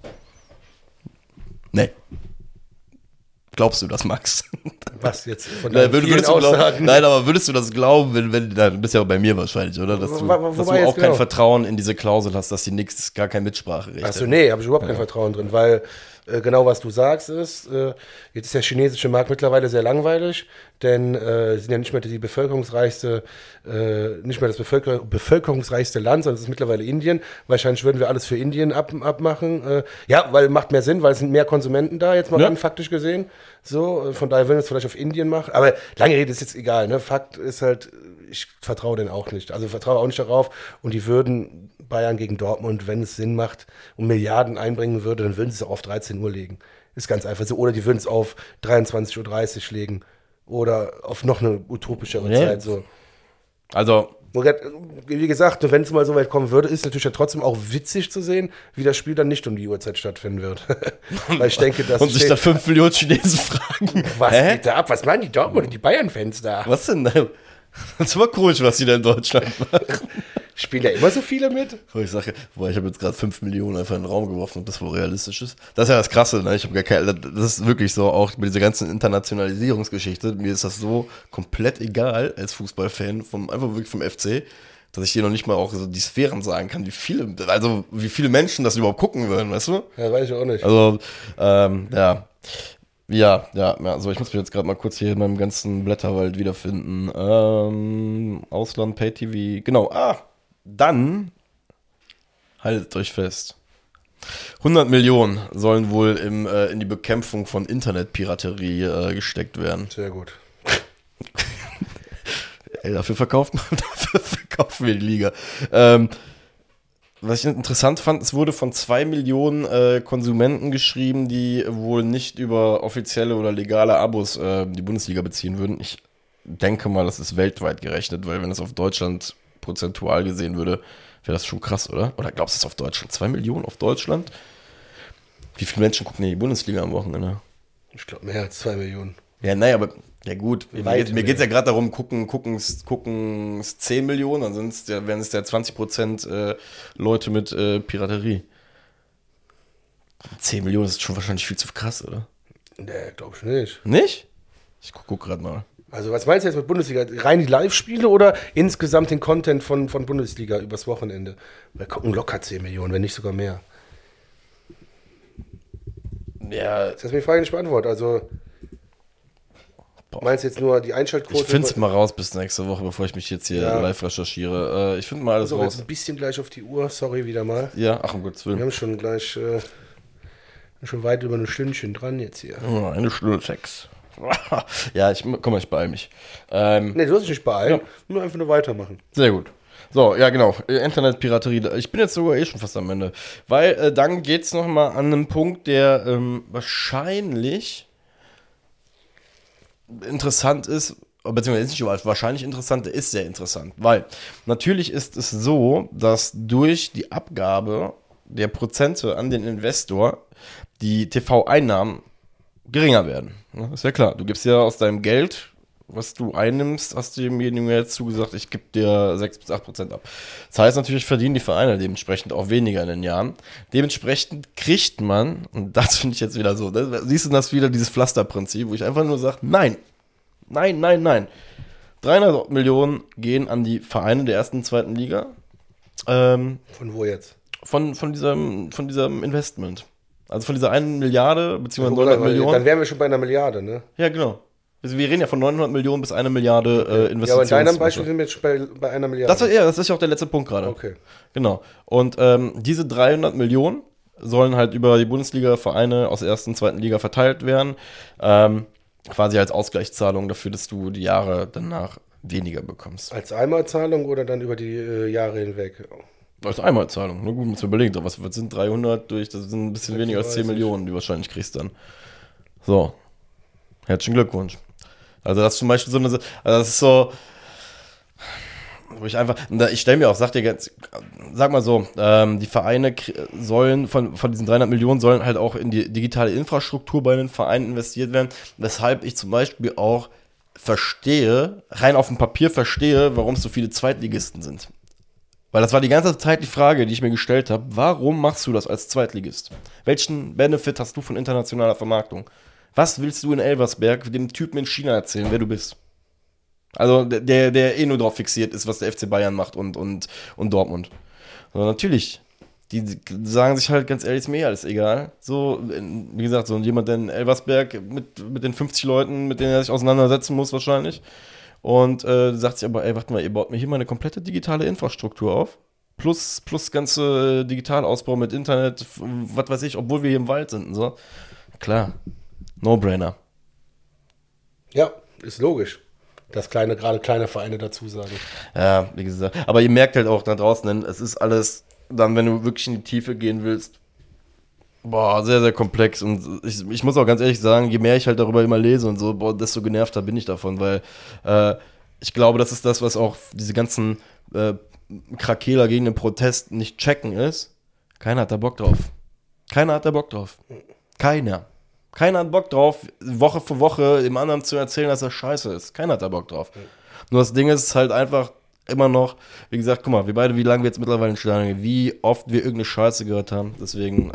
nee. Glaubst du das, Max? Was jetzt von deinen würdest du glauben, nein, aber würdest du das glauben, wenn du bist ja bei mir wahrscheinlich, oder? Dass du auch kein Vertrauen in diese Klausel hast, dass die gar kein Mitspracherecht haben. Achso, nee, habe ich überhaupt kein Vertrauen drin, weil genau was du sagst ist, jetzt ist der chinesische Markt mittlerweile sehr langweilig, denn sind ja nicht mehr die bevölkerungsreichste, nicht mehr das bevölkerungsreichste Land, sondern es ist mittlerweile Indien. Wahrscheinlich würden wir alles für Indien abmachen. Ja, weil macht mehr Sinn, weil es sind mehr Konsumenten da, jetzt mal rein faktisch gesehen. So, von daher würden wir es vielleicht auf Indien machen. Aber lange Rede ist jetzt egal, ne? Fakt ist halt, ich vertraue denen auch nicht. Also vertraue auch nicht darauf. Und die würden Bayern gegen Dortmund, wenn es Sinn macht und Milliarden einbringen würde, dann würden sie es auch auf 13 Uhr legen. Ist ganz einfach so. Oder die würden es auf 23.30 Uhr legen. Oder auf noch eine utopischere Zeit. So. Also, wie gesagt, wenn es mal so weit kommen würde, ist natürlich ja trotzdem auch witzig zu sehen, wie das Spiel dann nicht um die Uhrzeit stattfinden wird. Weil ich denke, dass und sich da 5 Millionen Chinesen fragen. Was geht da ab? Was machen die Dortmund und die Bayern-Fans da? Was denn da? Das war komisch, was die da in Deutschland machen. Spielen ja immer so viele mit. Wo ich sage, ich habe jetzt gerade 5 Millionen einfach in den Raum geworfen, ob das wohl realistisch ist. Das ist ja das Krasse, ne? Ich habe gar keine, das ist wirklich so, auch mit dieser ganzen Internationalisierungsgeschichte, mir ist das so komplett egal als Fußballfan, einfach wirklich vom FC, dass ich dir noch nicht mal auch so die Sphären sagen kann, wie viele Menschen das überhaupt gucken würden, weißt du? Ja, weiß ich auch nicht. Also, ja. Ja, also ich muss mich jetzt gerade mal kurz hier in meinem ganzen Blätterwald wiederfinden. Ausland, Pay-TV, genau, dann, haltet euch fest, 100 Millionen sollen wohl in die Bekämpfung von Internetpiraterie gesteckt werden. Sehr gut. Ey, dafür verkaufen wir die Liga. Was ich interessant fand, es wurde von 2 Millionen Konsumenten geschrieben, die wohl nicht über offizielle oder legale Abos die Bundesliga beziehen würden. Ich denke mal, das ist weltweit gerechnet, weil wenn es auf Deutschland prozentual gesehen würde, wäre das schon krass, oder? Oder glaubst du, es auf Deutschland? 2 Millionen auf Deutschland? Wie viele Menschen gucken denn die Bundesliga am Wochenende? Ich glaube, mehr als 2 Millionen. Ja, naja, aber ja gut, mir geht es ja gerade darum, gucken es 10 Millionen, dann wären es ja 20% Leute mit Piraterie. 10 Millionen ist schon wahrscheinlich viel zu krass, oder? Nee, glaube ich nicht. Nicht? Ich guck gerade mal. Also was meinst du jetzt mit Bundesliga? Rein die Live-Spiele oder insgesamt den Content von Bundesliga übers Wochenende? Wir gucken locker 10 Millionen, wenn nicht sogar mehr. Ja. Das hast du mir die Frage nicht beantwortet. Also meinst du jetzt nur die Einschaltquote? Ich finde es mal raus bis nächste Woche, bevor ich mich jetzt hier live recherchiere. Ich finde mal alles so, raus. Jetzt ein bisschen gleich auf die Uhr, sorry wieder mal. Ja, ach um Gottes Willen. Wir haben schon gleich schon weit über ein Stündchen dran jetzt hier. Oh, 1 Stunde 6. Ja, ich beeile mich. Nee, du hast dich nicht beeilen. Nur einfach nur weitermachen. Sehr gut. So, ja genau, Internetpiraterie. Ich bin jetzt sogar schon fast am Ende. Weil dann geht es nochmal an einen Punkt, der wahrscheinlich interessant ist, beziehungsweise ist nicht wahrscheinlich interessant, der ist sehr interessant. Weil natürlich ist es so, dass durch die Abgabe der Prozente an den Investor die TV-Einnahmen geringer werden. Ist ja klar, du gibst ja aus deinem Geld, was du einnimmst, hast du demjenigen jetzt zugesagt, ich gebe dir 6-8% ab. Das heißt natürlich, verdienen die Vereine dementsprechend auch weniger in den Jahren. Dementsprechend kriegt man, und das finde ich jetzt wieder so, siehst du das wieder, dieses Pflasterprinzip, wo ich einfach nur sage, nein. 300 Millionen gehen an die Vereine der ersten und zweiten Liga. Von wo jetzt? Von diesem Investment. Also von dieser 1 Milliarde, beziehungsweise 900 Millionen. Dann wären wir schon bei 1 Milliarde, ne? Ja, genau. Also wir reden ja von 900 Millionen bis 1 Milliarde Investitionen. Ja, aber in deinem Beispiel sind wir jetzt bei 1 Milliarde. Das ist ja auch der letzte Punkt gerade. Okay. Genau. Und diese 300 Millionen sollen halt über die Bundesliga-Vereine aus der ersten und zweiten Liga verteilt werden. Quasi als Ausgleichszahlung dafür, dass du die Jahre danach weniger bekommst. Als Einmalzahlung oder dann über die Jahre hinweg? Als Einmalzahlung. Na gut, muss man überlegen, was sind 300 durch, das sind ein bisschen weniger als 10 Millionen, die du wahrscheinlich kriegst dann. So. Herzlichen Glückwunsch. Also das ist zum Beispiel so eine, also das ist so, wo ich einfach, ich stelle mir auch, sag mal so, die Vereine sollen, von diesen 300 Millionen sollen halt auch in die digitale Infrastruktur bei den Vereinen investiert werden, weshalb ich zum Beispiel auch rein auf dem Papier verstehe, warum es so viele Zweitligisten sind. Weil das war die ganze Zeit die Frage, die ich mir gestellt habe, warum machst du das als Zweitligist? Welchen Benefit hast du von internationaler Vermarktung? Was willst du in Elversberg dem Typen in China erzählen, wer du bist? Also der nur drauf fixiert ist, was der FC Bayern macht und Dortmund. So, natürlich, die sagen sich halt ganz ehrlich, ist mir alles egal. So, wie gesagt, so jemand, der in Elversberg mit den 50 Leuten, mit denen er sich auseinandersetzen muss wahrscheinlich. Und sagt sich aber, ey, warte mal, ihr baut mir hier mal eine komplette digitale Infrastruktur auf. Plus ganze Digitalausbau mit Internet, was weiß ich, obwohl wir hier im Wald sind und so. Klar, No-Brainer. Ja, ist logisch, dass gerade kleine Vereine dazu sagen. Ja, wie gesagt. Aber ihr merkt halt auch da draußen, es ist alles dann, wenn du wirklich in die Tiefe gehen willst, sehr, sehr komplex. Und ich muss auch ganz ehrlich sagen, je mehr ich halt darüber immer lese und so, desto genervter bin ich davon, weil ich glaube, das ist das, was auch diese ganzen Krakeler gegen den Protest nicht checken ist. Keiner hat da Bock drauf. Keiner hat Bock drauf, Woche für Woche dem anderen zu erzählen, dass er scheiße ist. Keiner hat da Bock drauf. Nur das Ding ist halt einfach, immer noch, wie gesagt, guck mal, wir beide, wie lange wir jetzt mittlerweile in Stadion gehen, wie oft wir irgendeine Scheiße gehört haben. Deswegen,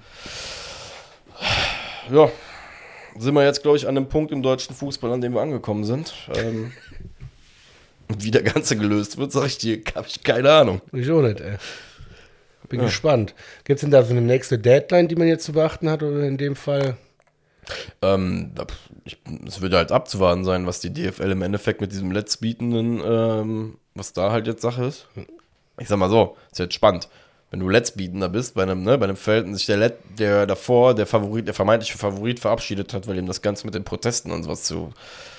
ja, sind wir jetzt, glaube ich, an dem Punkt im deutschen Fußball, an dem wir angekommen sind. Wie der Ganze gelöst wird, sag ich dir, habe ich keine Ahnung. Ich auch nicht, ey. Bin gespannt. Gibt es denn da so eine nächste Deadline, die man jetzt zu beachten hat, oder in dem Fall? Es wird halt abzuwarten sein, was die DFL im Endeffekt mit diesem Letztbietenden, was da halt jetzt Sache ist. Ich sag mal so, ist jetzt spannend. Wenn du Letztbietender bist bei einem Feld und sich der vermeintliche Favorit verabschiedet hat, weil ihm das Ganze mit den Protesten und sowas zu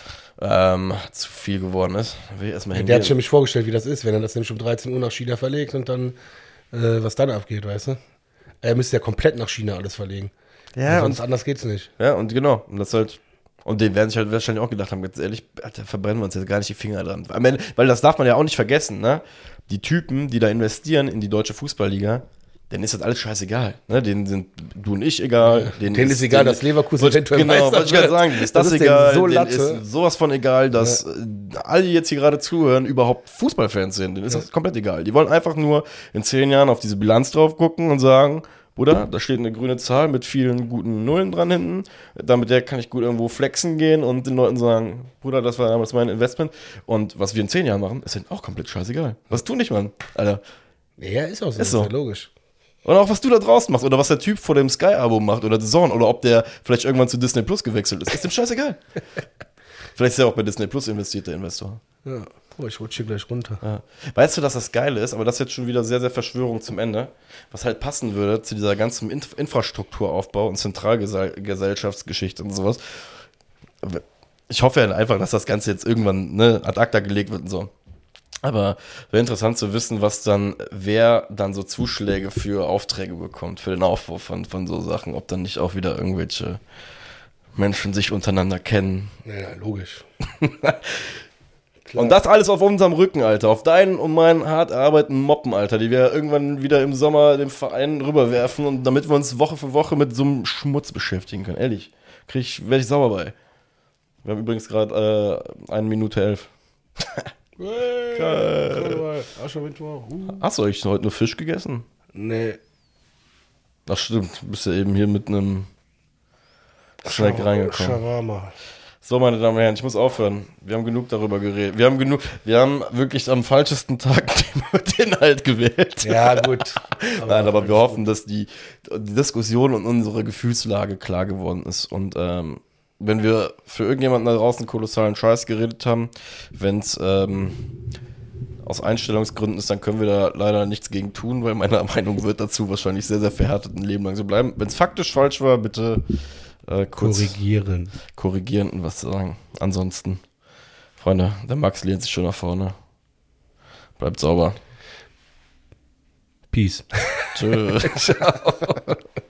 viel geworden ist. Will ich erstmal Der hat sich nämlich vorgestellt, wie das ist, wenn er das nämlich um 13 Uhr nach China verlegt und dann, was dann abgeht, weißt du? Er müsste ja komplett nach China alles verlegen. Ja, sonst anders geht's nicht. Ja, und genau. Und das halt. Und den werden sich halt wahrscheinlich auch gedacht haben, ganz ehrlich, Alter, verbrennen wir uns jetzt gar nicht die Finger dran. Weil das darf man ja auch nicht vergessen, ne? Die Typen, die da investieren in die deutsche Fußballliga, denen ist das alles scheißegal. Ne? Denen sind du und ich egal. Denen ist egal, dass Leverkusen eventuell Meister wird. Genau, wollte ich gerade sagen. Denen ist das egal. So denen ist sowas von egal, dass alle, die jetzt hier gerade zuhören, überhaupt Fußballfans sind. Denen ist das komplett egal. Die wollen einfach nur in 10 Jahren auf diese Bilanz drauf gucken und sagen, Bruder, da steht eine grüne Zahl mit vielen guten Nullen dran hinten. Damit der kann ich gut irgendwo flexen gehen und den Leuten sagen, Bruder, das war damals mein Investment. Und was wir in 10 Jahren machen, ist denen auch komplett scheißegal. Was tun nicht, Mann? Alter. Ja, ist auch so. Ist so. Ja logisch. Und auch was du da draußen machst oder was der Typ vor dem Sky-Abo macht oder The Zone oder ob der vielleicht irgendwann zu Disney Plus gewechselt ist dem scheißegal. Vielleicht ist er auch bei Disney Plus investiert, der Investor. Ja, ich rutsche hier gleich runter. Ja. Weißt du, dass das Geile ist, aber das ist jetzt schon wieder sehr, sehr Verschwörung zum Ende, was halt passen würde zu dieser ganzen Infrastrukturaufbau und Zentralgesellschaftsgeschichte und sowas. Ich hoffe ja einfach, dass das Ganze jetzt irgendwann ad acta gelegt wird und so. Aber wäre interessant zu wissen, wer dann so Zuschläge für Aufträge bekommt, für den Aufbau von so Sachen, ob dann nicht auch wieder irgendwelche Menschen sich untereinander kennen. Ja, logisch. Und das alles auf unserem Rücken, Alter. Auf deinen und meinen hart arbeitenden Moppen, Alter, die wir irgendwann wieder im Sommer dem Verein rüberwerfen und damit wir uns Woche für Woche mit so einem Schmutz beschäftigen können. Ehrlich, werde ich sauer bei. Wir haben übrigens gerade 1 Minute 11. Geil. Hast du eigentlich heute nur Fisch gegessen? Nee. Ach stimmt, du bist ja eben hier mit einem Snack reingekommen. Shawarma. So, meine Damen und Herren, ich muss aufhören. Wir haben genug darüber geredet. Wir haben wirklich am falschesten Tag den Inhalt gewählt. Ja, gut. Nein, aber wir hoffen, dass die Diskussion und unsere Gefühlslage klar geworden ist. Und wenn wir für irgendjemanden da draußen kolossalen Scheiß geredet haben, wenn es aus Einstellungsgründen ist, dann können wir da leider nichts gegen tun, weil meine Meinung wird dazu wahrscheinlich sehr, sehr verhärtet ein Leben lang so bleiben. Wenn es faktisch falsch war, bitte kurz korrigieren und was sagen. Ansonsten, Freunde, der Max lehnt sich schon nach vorne. Bleibt sauber. Peace. Tschö. Ciao.